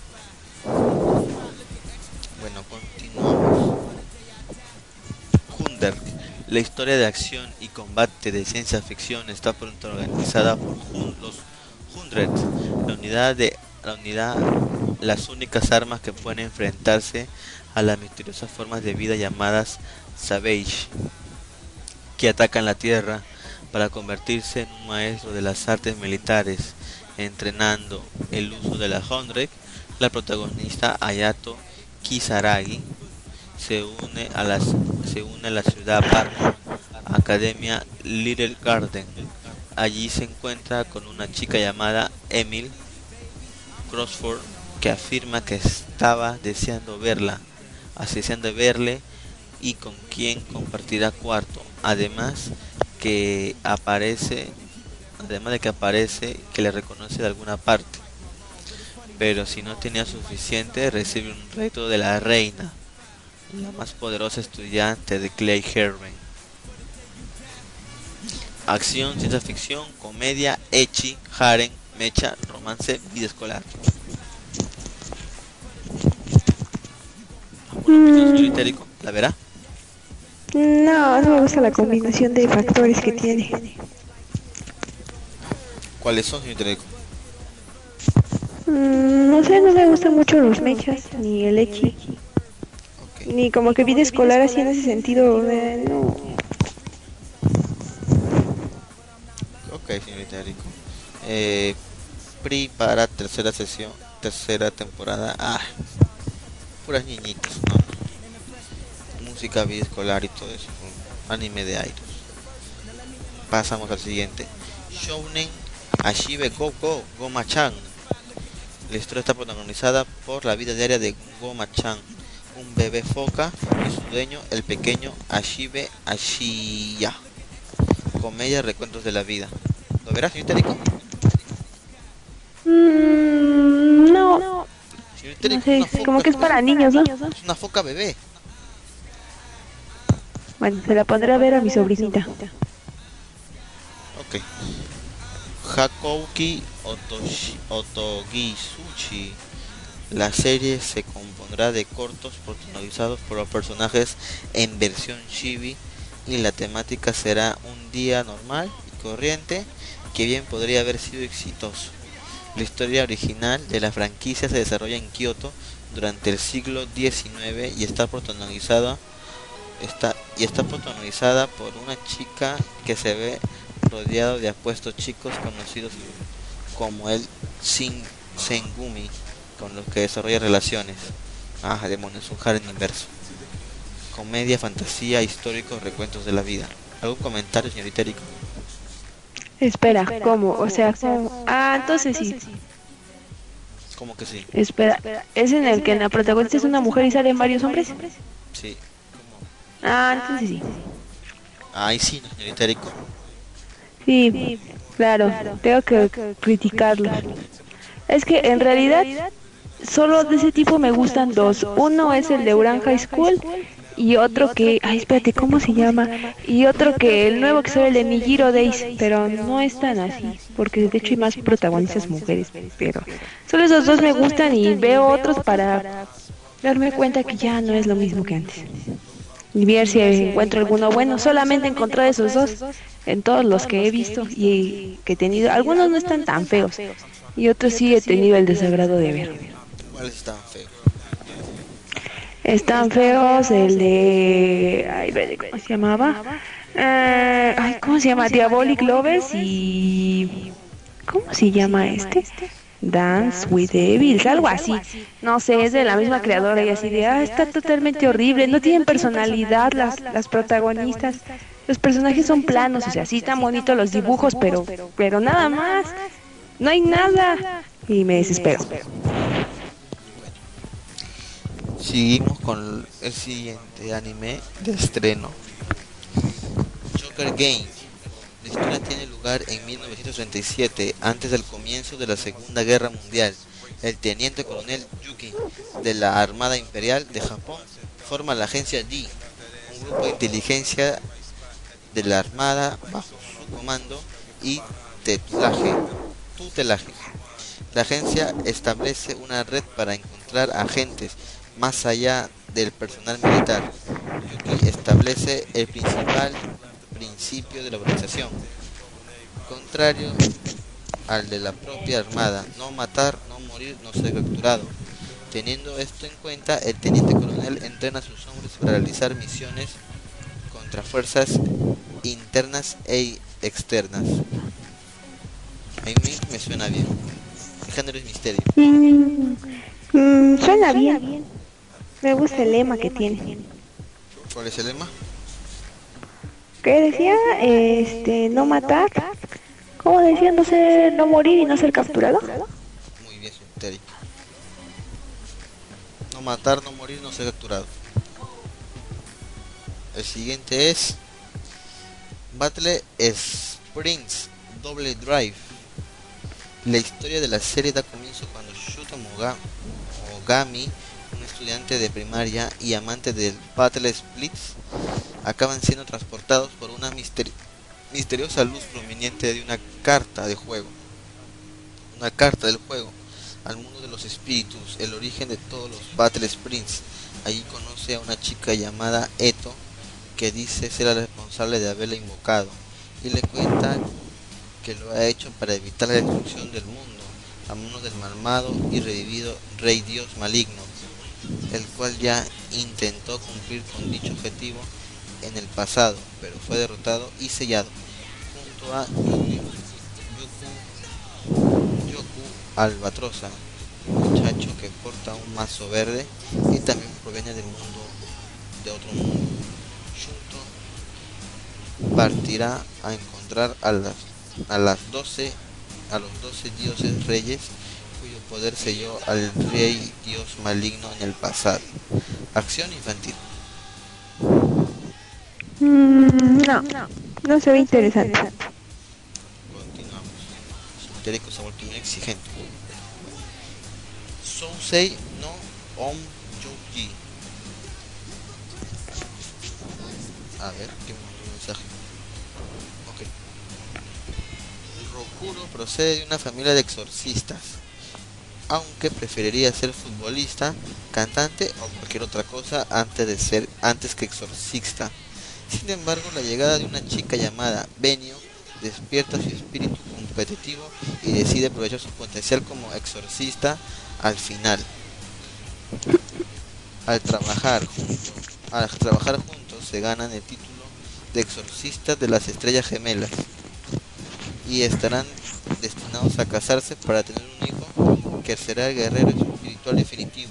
Bueno, continuamos. Undert. La historia de acción y combate de ciencia ficción está protagonizada por los Hundreds, la unidad, las únicas armas que pueden enfrentarse a las misteriosas formas de vida llamadas Savage, que atacan la Tierra para convertirse en un maestro de las artes militares, entrenando el uso de la Hundred. La protagonista Ayato Kisaragi se une a la ciudad Park Academia Little Garden. Allí se encuentra con una chica llamada Emil Crossford, que afirma que estaba deseando verle y con quien compartirá cuarto. Además de que aparece que le reconoce de alguna parte, pero si no tenía suficiente recibe un reto de la reina, la más poderosa estudiante de Clay Herben. Acción, ciencia ficción, comedia, ecchi, harem, mecha, romance, vida escolar. ¿Alguna opinión, señorita Eriko? ¿La verá? No, no me gusta la combinación de factores que tiene. ¿Cuáles son, señorita Eriko? No sé, no me gustan mucho los mechas, ni el echi, Ok, ni como que vida escolar así en ese sentido, no. ok, señorita Eriko. Pri para tercera temporada. Ah, puras niñitas, no. Música, vida escolar y todo eso. Anime de idols. Pasamos al siguiente. Shounen Ashibe Goma-chan. La historia está protagonizada por la vida diaria de Goma-chan, un bebé foca, y su dueño, el pequeño Ashibe Ashiya. Comedia, recuentos de la vida. ¿Lo verás, señorita Rico? No, Señorita no Rico, sé, una foca, como que es para niños, ¿no? es una foca bebé. Bueno, se la pondré a ver a mi sobrinita. Ok. Hakouki Otogisuchi. La serie se compondrá de cortos protagonizados por los personajes en versión chibi, y la temática será un día normal y corriente que bien podría haber sido exitoso. La historia original de la franquicia se desarrolla en Kioto durante el siglo XIX y está protagonizada por una chica que se ve rodeado de apuestos chicos conocidos como el Sengumi, con los que desarrolla relaciones. Ah, demonios, un harem inverso. Comedia, fantasía, históricos, recuentos de la vida. ¿Algún comentario, señorita Eriko? Espera, ¿cómo? O sea, ¿cómo? Ah, entonces sí. ¿Cómo que sí? Espera, ¿es en el que la protagonista es una mujer y salen varios hombres? Sí. ¿Cómo? Ah, entonces sí. Ay, sí, no, señorita Eriko. Sí, claro, tengo que criticarlo. Es que en realidad solo de ese tipo me gustan dos. Uno es el de Uran High School y otro que, ay, espérate, ¿cómo se llama? Y otro que el nuevo que sale el de Nijiro Days, pero no es tan así, porque de hecho hay más protagonistas mujeres, pero solo esos dos me gustan y veo otros para darme cuenta que ya no es lo mismo que antes. Y ver si encuentro alguno bueno. Solamente he encontrado esos dos en todos los que he visto y que he tenido. Algunos no están tan feos y otros sí he tenido el desagrado de ver. ¿Cuáles están feos? Están feos el de... Ay, vete, ¿cómo se llamaba? Ay, ¿cómo se llama? Diabolic Lovers y... ¿Cómo se llama este? Dance with Devils, algo así. No sé, es de la misma creadora y así de, está totalmente horrible. No tienen personalidad las protagonistas. Los personajes son planos, o sea, sí están bonitos los dibujos, pero nada más. No hay nada. Y me desespero. Seguimos con el siguiente anime de estreno. Joker Game. La historia tiene lugar en 1937, antes del comienzo de la Segunda Guerra Mundial. El teniente coronel Yuki de la Armada Imperial de Japón forma la agencia D, un grupo de inteligencia de la Armada bajo su comando y tutelaje. La agencia establece una red para encontrar agentes más allá del personal militar. Yuki establece el principal principio de la organización, contrario al de la propia armada: no matar, no morir, no ser capturado. Teniendo esto en cuenta, el teniente coronel entrena a sus hombres para realizar misiones contra fuerzas internas e externas. A mí me suena bien. El género es misterio. Suena bien. Me gusta el lema que tiene. ¿Cuál es el lema? ¿Qué decía? No matar. ¿Cómo decía? No ser, no morir y no ser capturado. Muy bien, su misterio. No matar, no morir, no ser capturado. El siguiente es Battle Sprints Double Drive. La historia de la serie da comienzo cuando Shuto Mogami, un estudiante de primaria y amante del Battle Splits, acaban siendo transportados por una misteriosa luz proveniente de una carta del juego al mundo de los espíritus, el origen de todos los Battle Sprints. Allí conoce a una chica llamada Eto, que dice ser la responsable de haberla invocado, y le cuenta que lo ha hecho para evitar la destrucción del mundo a manos del malvado y revivido Rey Dios Maligno, el cual ya intentó cumplir con dicho objetivo en el pasado, pero fue derrotado y sellado, junto a Yoku Albatrosa, un muchacho que porta un mazo verde y también proviene de otro mundo. Junto partirá a encontrar a los 12 dioses reyes, cuyo poder selló al rey dios maligno en el pasado. Acción infantil. No se ve interesante. Continuamos. Shinteriko se ha vuelto muy exigente. Sousei no Onjoji. A ver, ¿qué me mandó un mensaje? Ok. Rokuro procede de una familia de exorcistas, aunque preferiría ser futbolista, cantante o cualquier otra cosa antes que exorcista. Sin embargo, la llegada de una chica llamada Benio despierta su espíritu competitivo y decide aprovechar su potencial como exorcista al final. Al trabajar juntos se ganan el título de exorcistas de las estrellas gemelas y estarán destinados a casarse para tener un hijo que será el guerrero espiritual definitivo.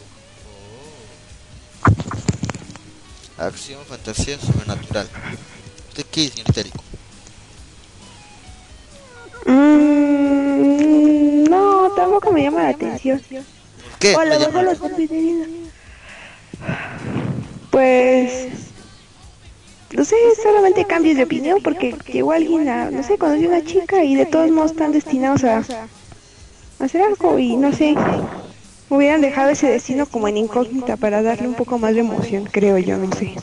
Acción, fantasía, sobrenatural. ¿Usted qué es, señor Itérico? No, tampoco me llama la atención. ¿Por qué? Hola, ¿Le llama la los atención? Pues no sé, solamente cambios de opinión porque llegó alguien a, no sé, conoció una chica y de todos modos están destinados a hacer algo y no sé, hubieran dejado ese destino como en incógnita para darle un poco más de emoción, creo yo, no sé.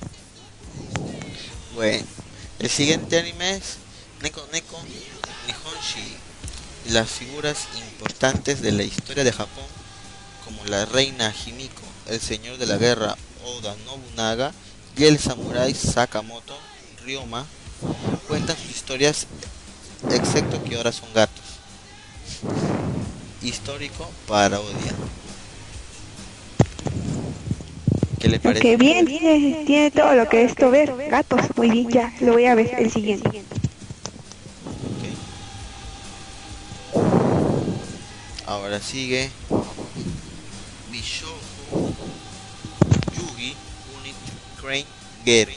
Bueno, el siguiente anime es Neko Neko Nihonshi. Las figuras importantes de la historia de Japón, como la reina Himiko, el señor de la guerra Oda Nobunaga y el samurái Sakamoto Ryoma, cuentan sus historias, excepto que ahora son gatos. Histórico parodia. ¿Qué le parece? Que bien, tiene todo lo que esto ver, gatos, muy bien, ya, lo voy a ver el siguiente. Ok. Ahora sigue Bishoujo Yugi Unit Crane Geri.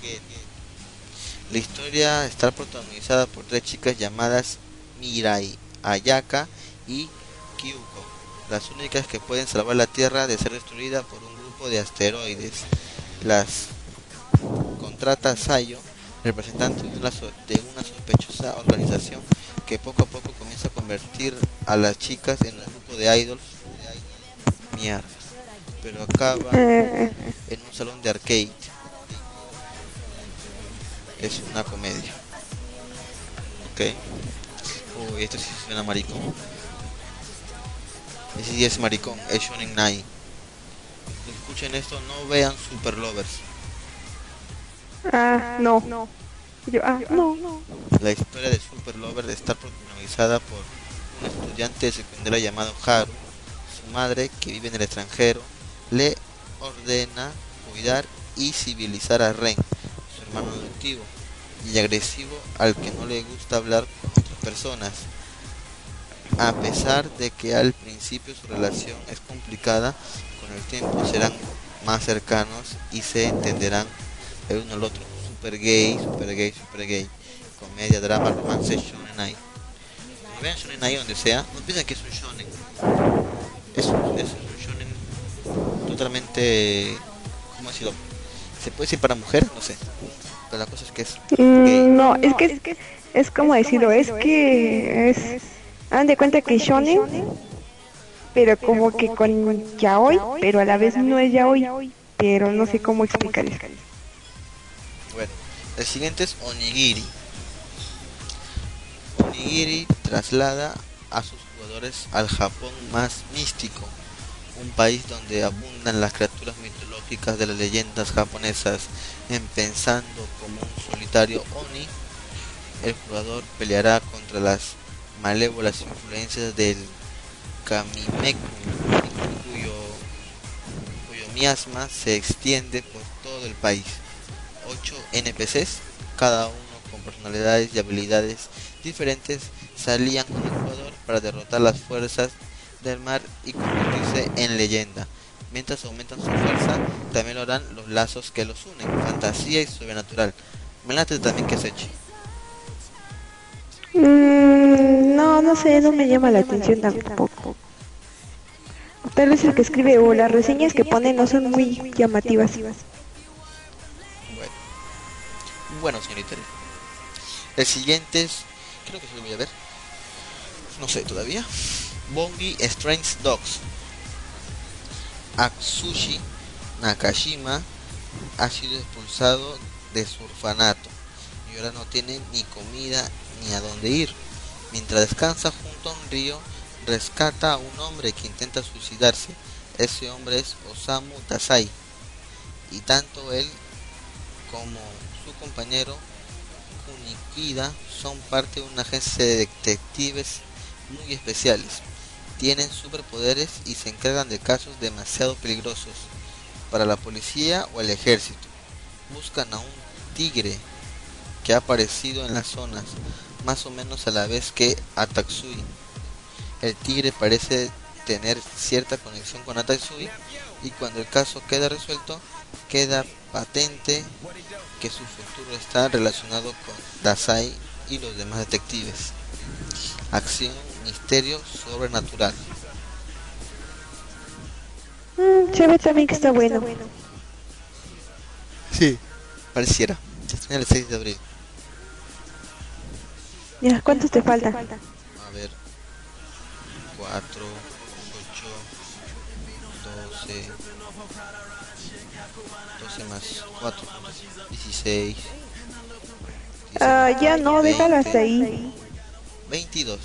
La historia está protagonizada por tres chicas llamadas Mirai, Ayaka y Kyuko, las únicas que pueden salvar la Tierra de ser destruida por un grupo de asteroides. Las contrata Sayo, representante de una sospechosa organización que poco a poco comienza a convertir a las chicas en un grupo de idols mierdas, pero acaba en un salón de arcade. Es una comedia. Ok. Uy, esto sí suena maricón. Ese sí es maricón, es Shonen Nai. Escuchen esto, no vean Super Lovers. No. No. La historia de Super Lovers está protagonizada por un estudiante de secundaria llamado Haru. Su madre, que vive en el extranjero, le ordena cuidar y civilizar a Ren, su hermano adoptivo y agresivo al que no le gusta hablar con otras personas. A pesar de que al principio su relación es complicada, con el tiempo serán más cercanos y se entenderán el uno al otro. Super gay, super gay, super gay. Comedia, drama, romance, shonen ai. Cuando vean shonen ai donde sea, no piensen que es un shonen. Es un shonen totalmente, ¿cómo decirlo? ¿Se puede decir para mujeres? No sé. Pero la cosa es que es gay. No, es como decirlo, es que es, hagan de cuenta que shonen, pero como que con yaoi, pero a la vez no es yaoi, pero no sé cómo explicar eso. Bueno, el siguiente es Onigiri. Onigiri traslada a sus jugadores al Japón más místico, un país donde abundan las criaturas mitológicas de las leyendas japonesas. Empezando como un solitario Oni, el jugador peleará contra las malévolas influencias del Kamimeku, cuyo miasma se extiende por todo el país. 8 NPCs, cada uno con personalidades y habilidades diferentes, salían con el jugador para derrotar las fuerzas del mar y convertirse en leyenda. Mientras aumentan su fuerza, también lo harán los lazos que los unen, fantasía y sobrenatural. Me late también que se eche. No sé, no me llama la atención tampoco. Tal vez el que escribe o las reseñas que pone no son muy llamativas. Bueno, señorita. El siguiente es, creo que se lo voy a ver. No sé todavía. Bongi Strange Dogs. Atsushi Nakashima ha sido expulsado de su orfanato y ahora no tiene ni comida ni a dónde ir. Mientras descansa junto a un río, rescata a un hombre que intenta suicidarse. Ese hombre es Osamu Dazai, y tanto él como su compañero Kunikida son parte de una agencia de detectives muy especiales. Tienen superpoderes y se encargan de casos demasiado peligrosos para la policía o el ejército. Buscan a un tigre que ha aparecido en las zonas más o menos a la vez que Atatsui. El tigre parece tener cierta conexión con Atatsui, y cuando el caso queda resuelto, queda patente que su futuro está relacionado con Dazai y los demás detectives. Acción, misterio, sobrenatural. Se ve también que está bueno. Sí, Pareciera. Se estrena el 6 de abril. Ya, ¿cuántos te faltan? A ver. 4, 8, 12, 12 más 4, 16, Ah, ya 19, no, déjalas 20, ahí. 22.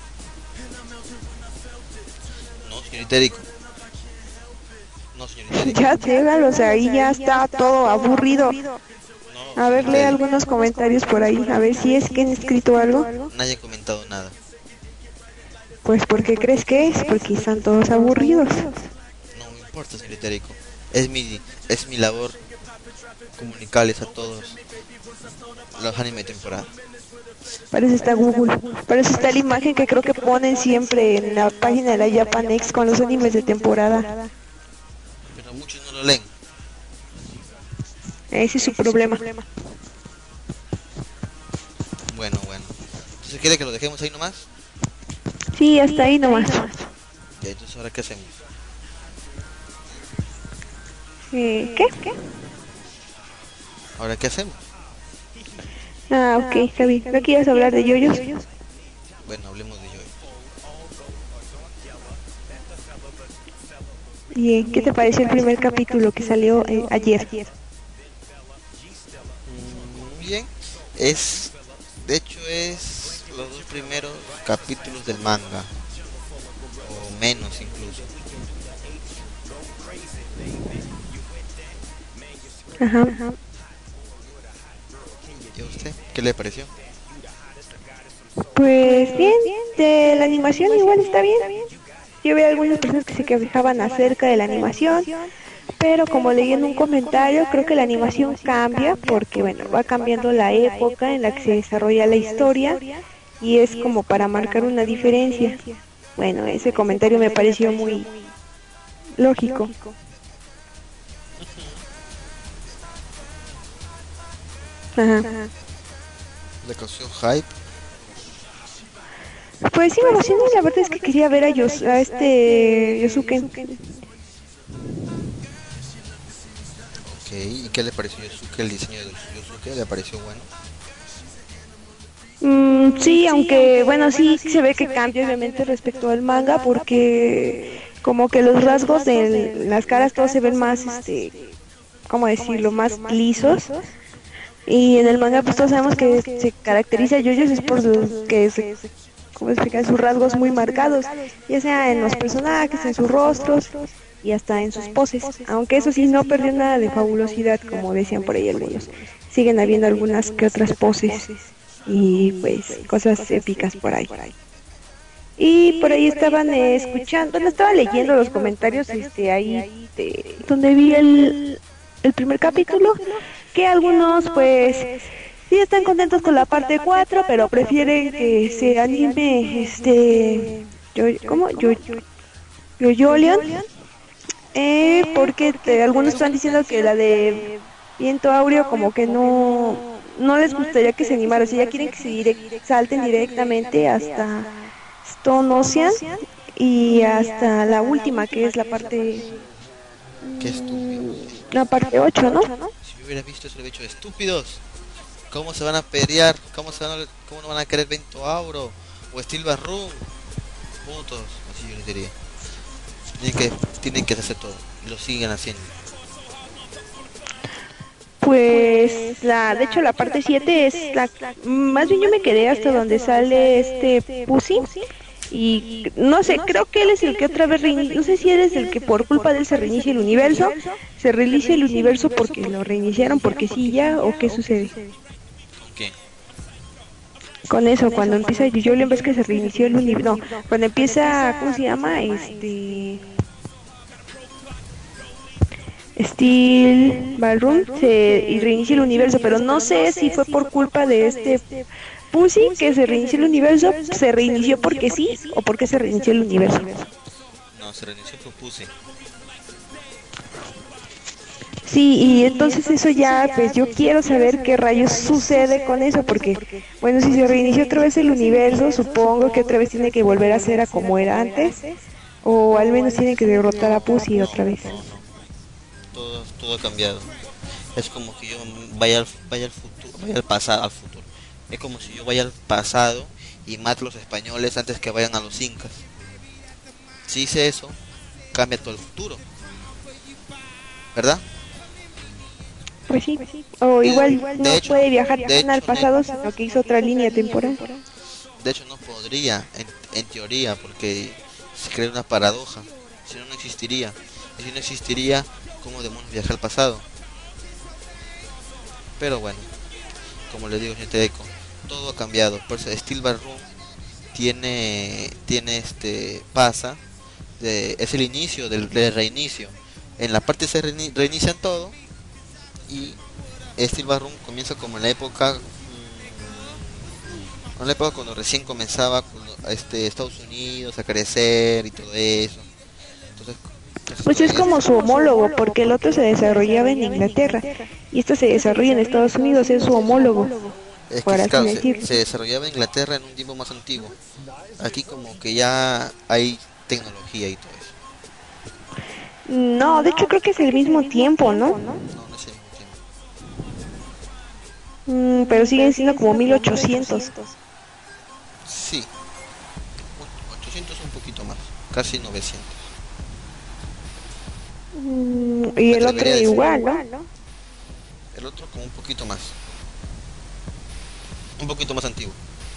No, señorita Eriko. No, señorita Eriko. Ya déjalos ahí, ya está todo aburrido. No, A ver, lee señorita Eriko. algunos comentarios por ahí, a ver si es que han escrito algo. Nadie ha comentado nada. Pues, ¿por qué crees que es? Porque están todos aburridos. No me importa, señorita Eriko. Es mi labor comunicarles a todos los anime de temporada. Para eso está Google, para eso está la imagen que creo que ponen siempre en la página de la Japanex con los animes de temporada. Pero muchos no lo leen. Ese es su problema. Bueno. Entonces, ¿quiere que lo dejemos ahí nomás? Sí, hasta ahí nomás. Ya, entonces, ¿ahora qué hacemos? ¿Qué? ¿Ahora qué hacemos? Ah, ok, Javi. ¿No quieres hablar de yoyos? Bueno, hablemos de Joy. Bien, ¿qué te pareció el primer capítulo que salió ayer? Bien, de hecho es los dos primeros capítulos del manga, o menos incluso. Ajá. ¿Y a usted? ¿Qué le pareció? Pues bien, de la animación igual está bien. Yo veo algunas personas que se quejaban acerca de la animación, pero como leí en un comentario, creo que la animación cambia porque, bueno, va cambiando la época en la que se desarrolla la historia y es como para marcar una diferencia. Bueno, ese comentario me pareció muy lógico. Ajá. ¿Le causó hype? Pues sí me emocionó, la verdad es que quería ver a Yosuke. Ok, ¿y qué le pareció Yosuke? ¿El diseño de Yosuke le pareció bueno? Sí, aunque bueno, sí se ve que cambia obviamente respecto al manga porque como que los rasgos de las caras todos se ven más, ¿cómo decirlo? Más lisos. Y en el manga pues todos sabemos que se caracteriza a JoJo's es por ¿cómo explicar? Sus rasgos muy marcados, ya sea en los personajes, en sus rostros y hasta en sus poses. Aunque eso sí no perdió nada de fabulosidad, como decían por ahí algunos. Siguen habiendo algunas que otras poses y pues cosas épicas por ahí. Y por ahí estaban escuchando, bueno, estaba leyendo los comentarios ahí donde vi el primer capítulo, que algunos pues sí están contentos con la parte 4, pero prefieren que se anime ¿cómo? Yoyolion, porque algunos están diciendo que la de Viento Áureo como que no les gustaría que se animara, o sea, ya quieren que salten directamente hasta Stone Ocean y hasta la última que es la parte Qué estúpido. la parte 8, ¿no? Si yo hubiera visto eso, le hubiera dicho, estúpidos. ¿Cómo se van a pelear? ¿Cómo no van a querer Vento Auro? O Steel Barroom. Putos, así yo les diría. Tienen que hacerse todo. Y lo siguen haciendo. Pues de hecho la parte 7 es más bien yo me quedé hasta donde sale Pussy y no sé, creo que él es el que otra vez no sé si él es el que por culpa de él se reinicia el universo, se reinicia el universo porque lo reiniciaron porque sí ya o qué sucede. ¿Qué? Con eso, cuando empieza Yoyolion ves que se reinició el universo, no, cuando empieza, ¿cómo se llama? Steel Ballroom y reinicia el universo, pero no sé si fue por culpa de Pussy que se reinició el universo, se reinició porque sí o porque se reinició el universo. No, se reinició por Pussy. Sí, y entonces eso ya, pues yo quiero saber qué rayos sucede con eso, porque, bueno, si se reinició otra vez el universo, supongo que otra vez tiene que volver a ser a como era antes, o al menos tiene que derrotar a Pussy otra vez. No. Todo ha cambiado. Es como que yo vaya al futuro, vaya al pasado, al futuro. Es como si yo vaya al pasado y mate a los españoles antes que vayan a los incas. Si hice eso, cambia todo el futuro, ¿verdad? Pues sí. O igual De no hecho, puede viajar de tan al hecho, pasado, sino que hizo otra línea temporal. de hecho no podría, en teoría, porque se crea una paradoja. Si no, no existiría. Y si no existiría, ¿cómo demonios viajar al pasado? Pero bueno, como les digo, gente Eco, todo ha cambiado. Por eso Steel Room pasa, es el inicio del reinicio. En la parte se reinician todo y Steel Room comienza como en la época cuando recién comenzaba Estados Unidos a crecer y todo eso. Entonces, Pues es como su homólogo, porque el otro se desarrollaba en Inglaterra y este se desarrolla en Estados Unidos, es su homólogo, es que por así claro, decirlo. se desarrollaba en Inglaterra en un tiempo más antiguo. Aquí como que ya hay tecnología y todo eso. No, de hecho creo que es el mismo tiempo, ¿no? No, no es el mismo tiempo. Pero siguen siendo como 1800. Sí, 800 un poquito más, casi 900. Y Me el otro atrevería a decir. igual, ¿no? El otro como un poquito más. Un poquito más antiguo.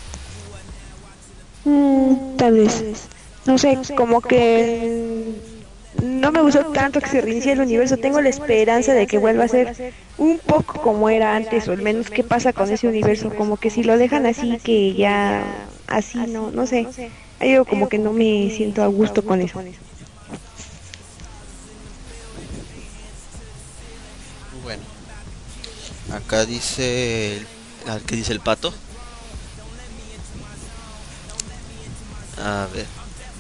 Tal vez. No sé, como que no me gustó tanto que se reinicie el universo. Tengo la esperanza de que vuelva a ser un poco como era antes, o al menos qué pasa con ese universo. Como que si lo dejan así, que ya así, no sé. Hay algo como que no me siento a gusto con eso. Bueno, acá dice ¿qué dice el pato? A ver.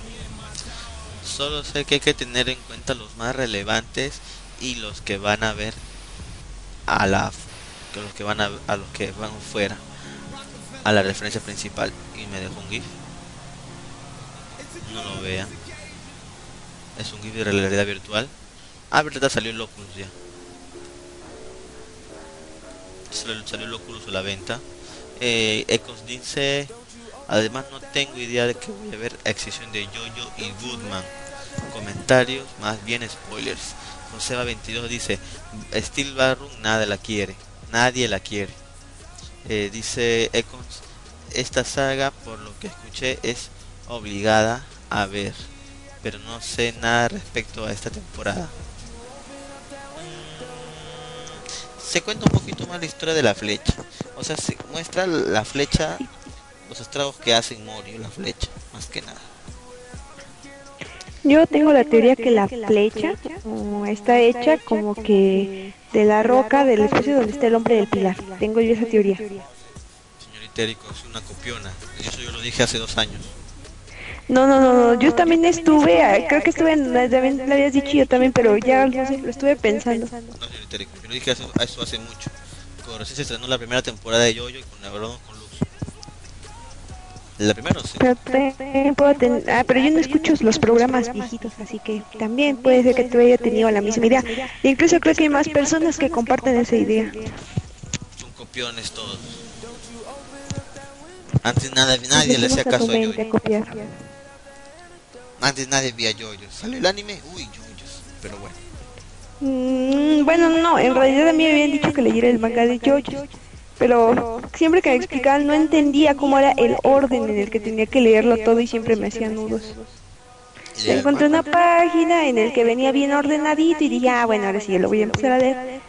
Solo sé que hay que tener en cuenta los más relevantes y los que van a ver a a los que van fuera a la referencia principal. Y me dejó un GIF. No lo vean. Es un GIF de realidad virtual. Ah, verdad, salió el Oculus ya. Salió el Oculus a la venta. Ecos dice: además no tengo idea de que voy a ver excepción de Jojo y Goodman. Comentarios, más bien spoilers. Joseba 22 dice: Steel Barroom nadie la quiere. Dice Econs: esta saga, por lo que escuché, es obligada a ver, pero no sé nada respecto a esta temporada. Se cuenta un poquito más la historia de la flecha. O sea, se muestra la flecha, los estragos que hacen Morio, la flecha, más que nada. Yo tengo la teoría que la flecha está hecha como que de la roca del espacio donde está el hombre del pilar. Tengo yo esa teoría. Señor Itérico, es una copiona. Eso yo lo dije hace 2 años. No. Yo también estuve, creo que estuve, también lo habías dicho yo también, pero ya no sé, lo estuve pensando. No, señor Itérico, yo lo dije eso hace mucho. Cuando recién se estrenó la primera temporada de Yoyo y con hablamos con Luz. La primera sí. Pero también puedo pero yo no escucho los programas viejitos, así que también puede ser que tú haya tenido la misma idea. E incluso creo que hay más personas que comparten esa idea. Son copiones todos. Antes nadie le hacía Empecemos a caso tu a Yoyo. mente a copiar. Antes nadie veía Yoyo. Salió el anime, uy, Yoyos. Pero bueno. Bueno, no, en realidad a mí me habían dicho que leyera el manga de JoJo, pero siempre que me explicaban no entendía cómo era el orden en el que tenía que leerlo todo y siempre me hacía nudos. Y el Encontré manga. una página en el que venía bien ordenadito y dije, bueno, ahora sí, yo lo voy a empezar a leer.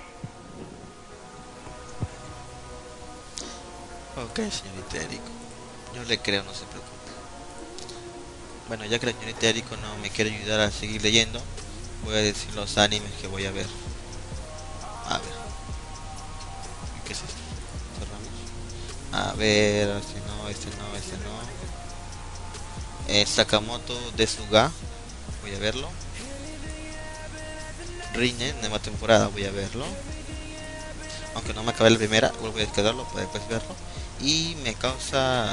Ok, señorita Erico. Yo le creo, no se preocupe. Bueno, ya que la señorita Erico no me quiere ayudar a seguir leyendo, voy a decir los animes que voy a ver. A ver. ¿Qué es esto? Cerramos. A ver, este no. Sakamoto de Suga, voy a verlo. Rine, nueva temporada, voy a verlo. Aunque no me acabé la primera, voy a descargarlo para después verlo. Y me causa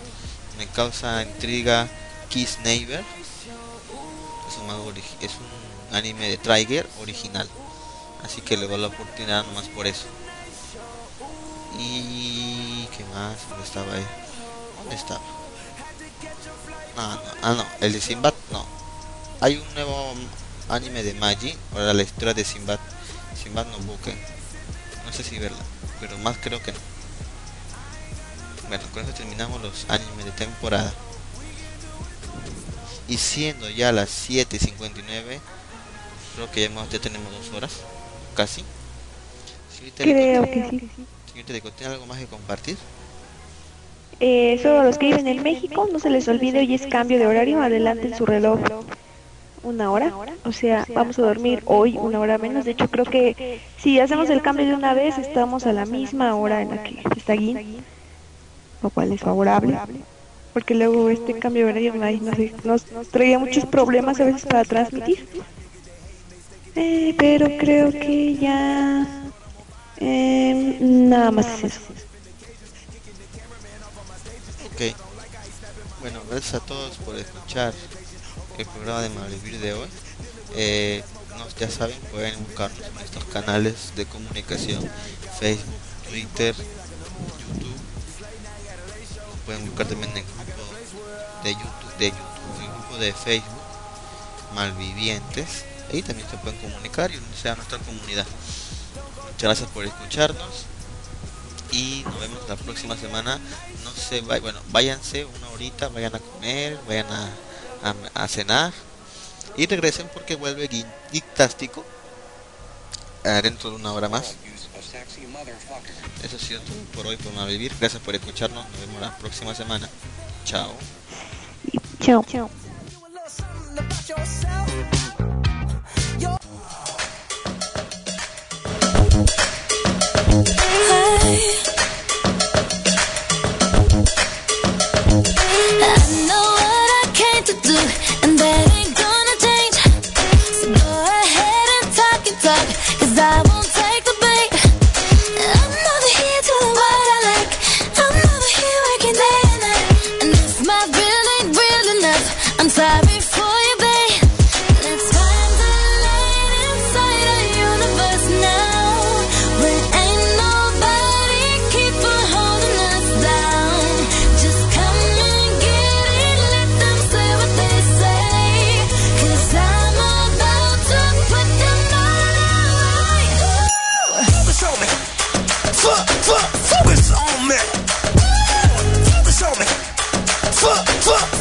intriga Kiss Neighbor. Es un anime de Trigger original. así que le doy la oportunidad nomás por eso. Y qué más, ¿dónde estaba ahí? ¿Dónde estaba? No, el de Sinbad no. Hay un nuevo anime de Magi, ahora la historia de Sinbad no Buken. No sé si verla, pero más creo que no. Bueno, con eso terminamos los animes de temporada. Y siendo ya las 7:59, creo que ya tenemos 2 horas, casi. Creo que sí. Señorita Deco, ¿tiene algo más que compartir? Solo a los que viven en México, no se les olvide, hoy es cambio de horario, adelanten su reloj 1 hora, o sea, vamos a dormir hoy 1 hora menos. De hecho, creo que si hacemos el cambio de una vez, estamos a la misma hora en la que está Gin, lo cual es favorable, porque luego este cambio de horario nos traía muchos problemas a veces para transmitir. Pero creo que ya nada más es eso. Ok, bueno, gracias a todos por escuchar el programa de Malvivir de hoy. Ya saben, pueden buscarnos en estos canales de comunicación: Facebook, Twitter, YouTube. Pueden buscar también en el grupo de YouTube, el grupo de Facebook Malvivientes. Ahí también se pueden comunicar y unirse a nuestra comunidad. Muchas gracias por escucharnos y nos vemos la próxima semana. No se vayan, bueno, váyanse una horita, vayan a comer, vayan a cenar y regresen porque vuelve Geektástico dentro de 1 hora más. Eso ha sido todo por hoy por Malvivir. Gracias por escucharnos. Nos vemos la próxima semana. Chao. Chao. I'm sorry for you, babe. Let's find the light inside our universe now, where ain't nobody keeping holding us down. Just come and get it, let them say what they say, 'cause I'm about to put them all right. Focus on me. Focus on me. Focus on me.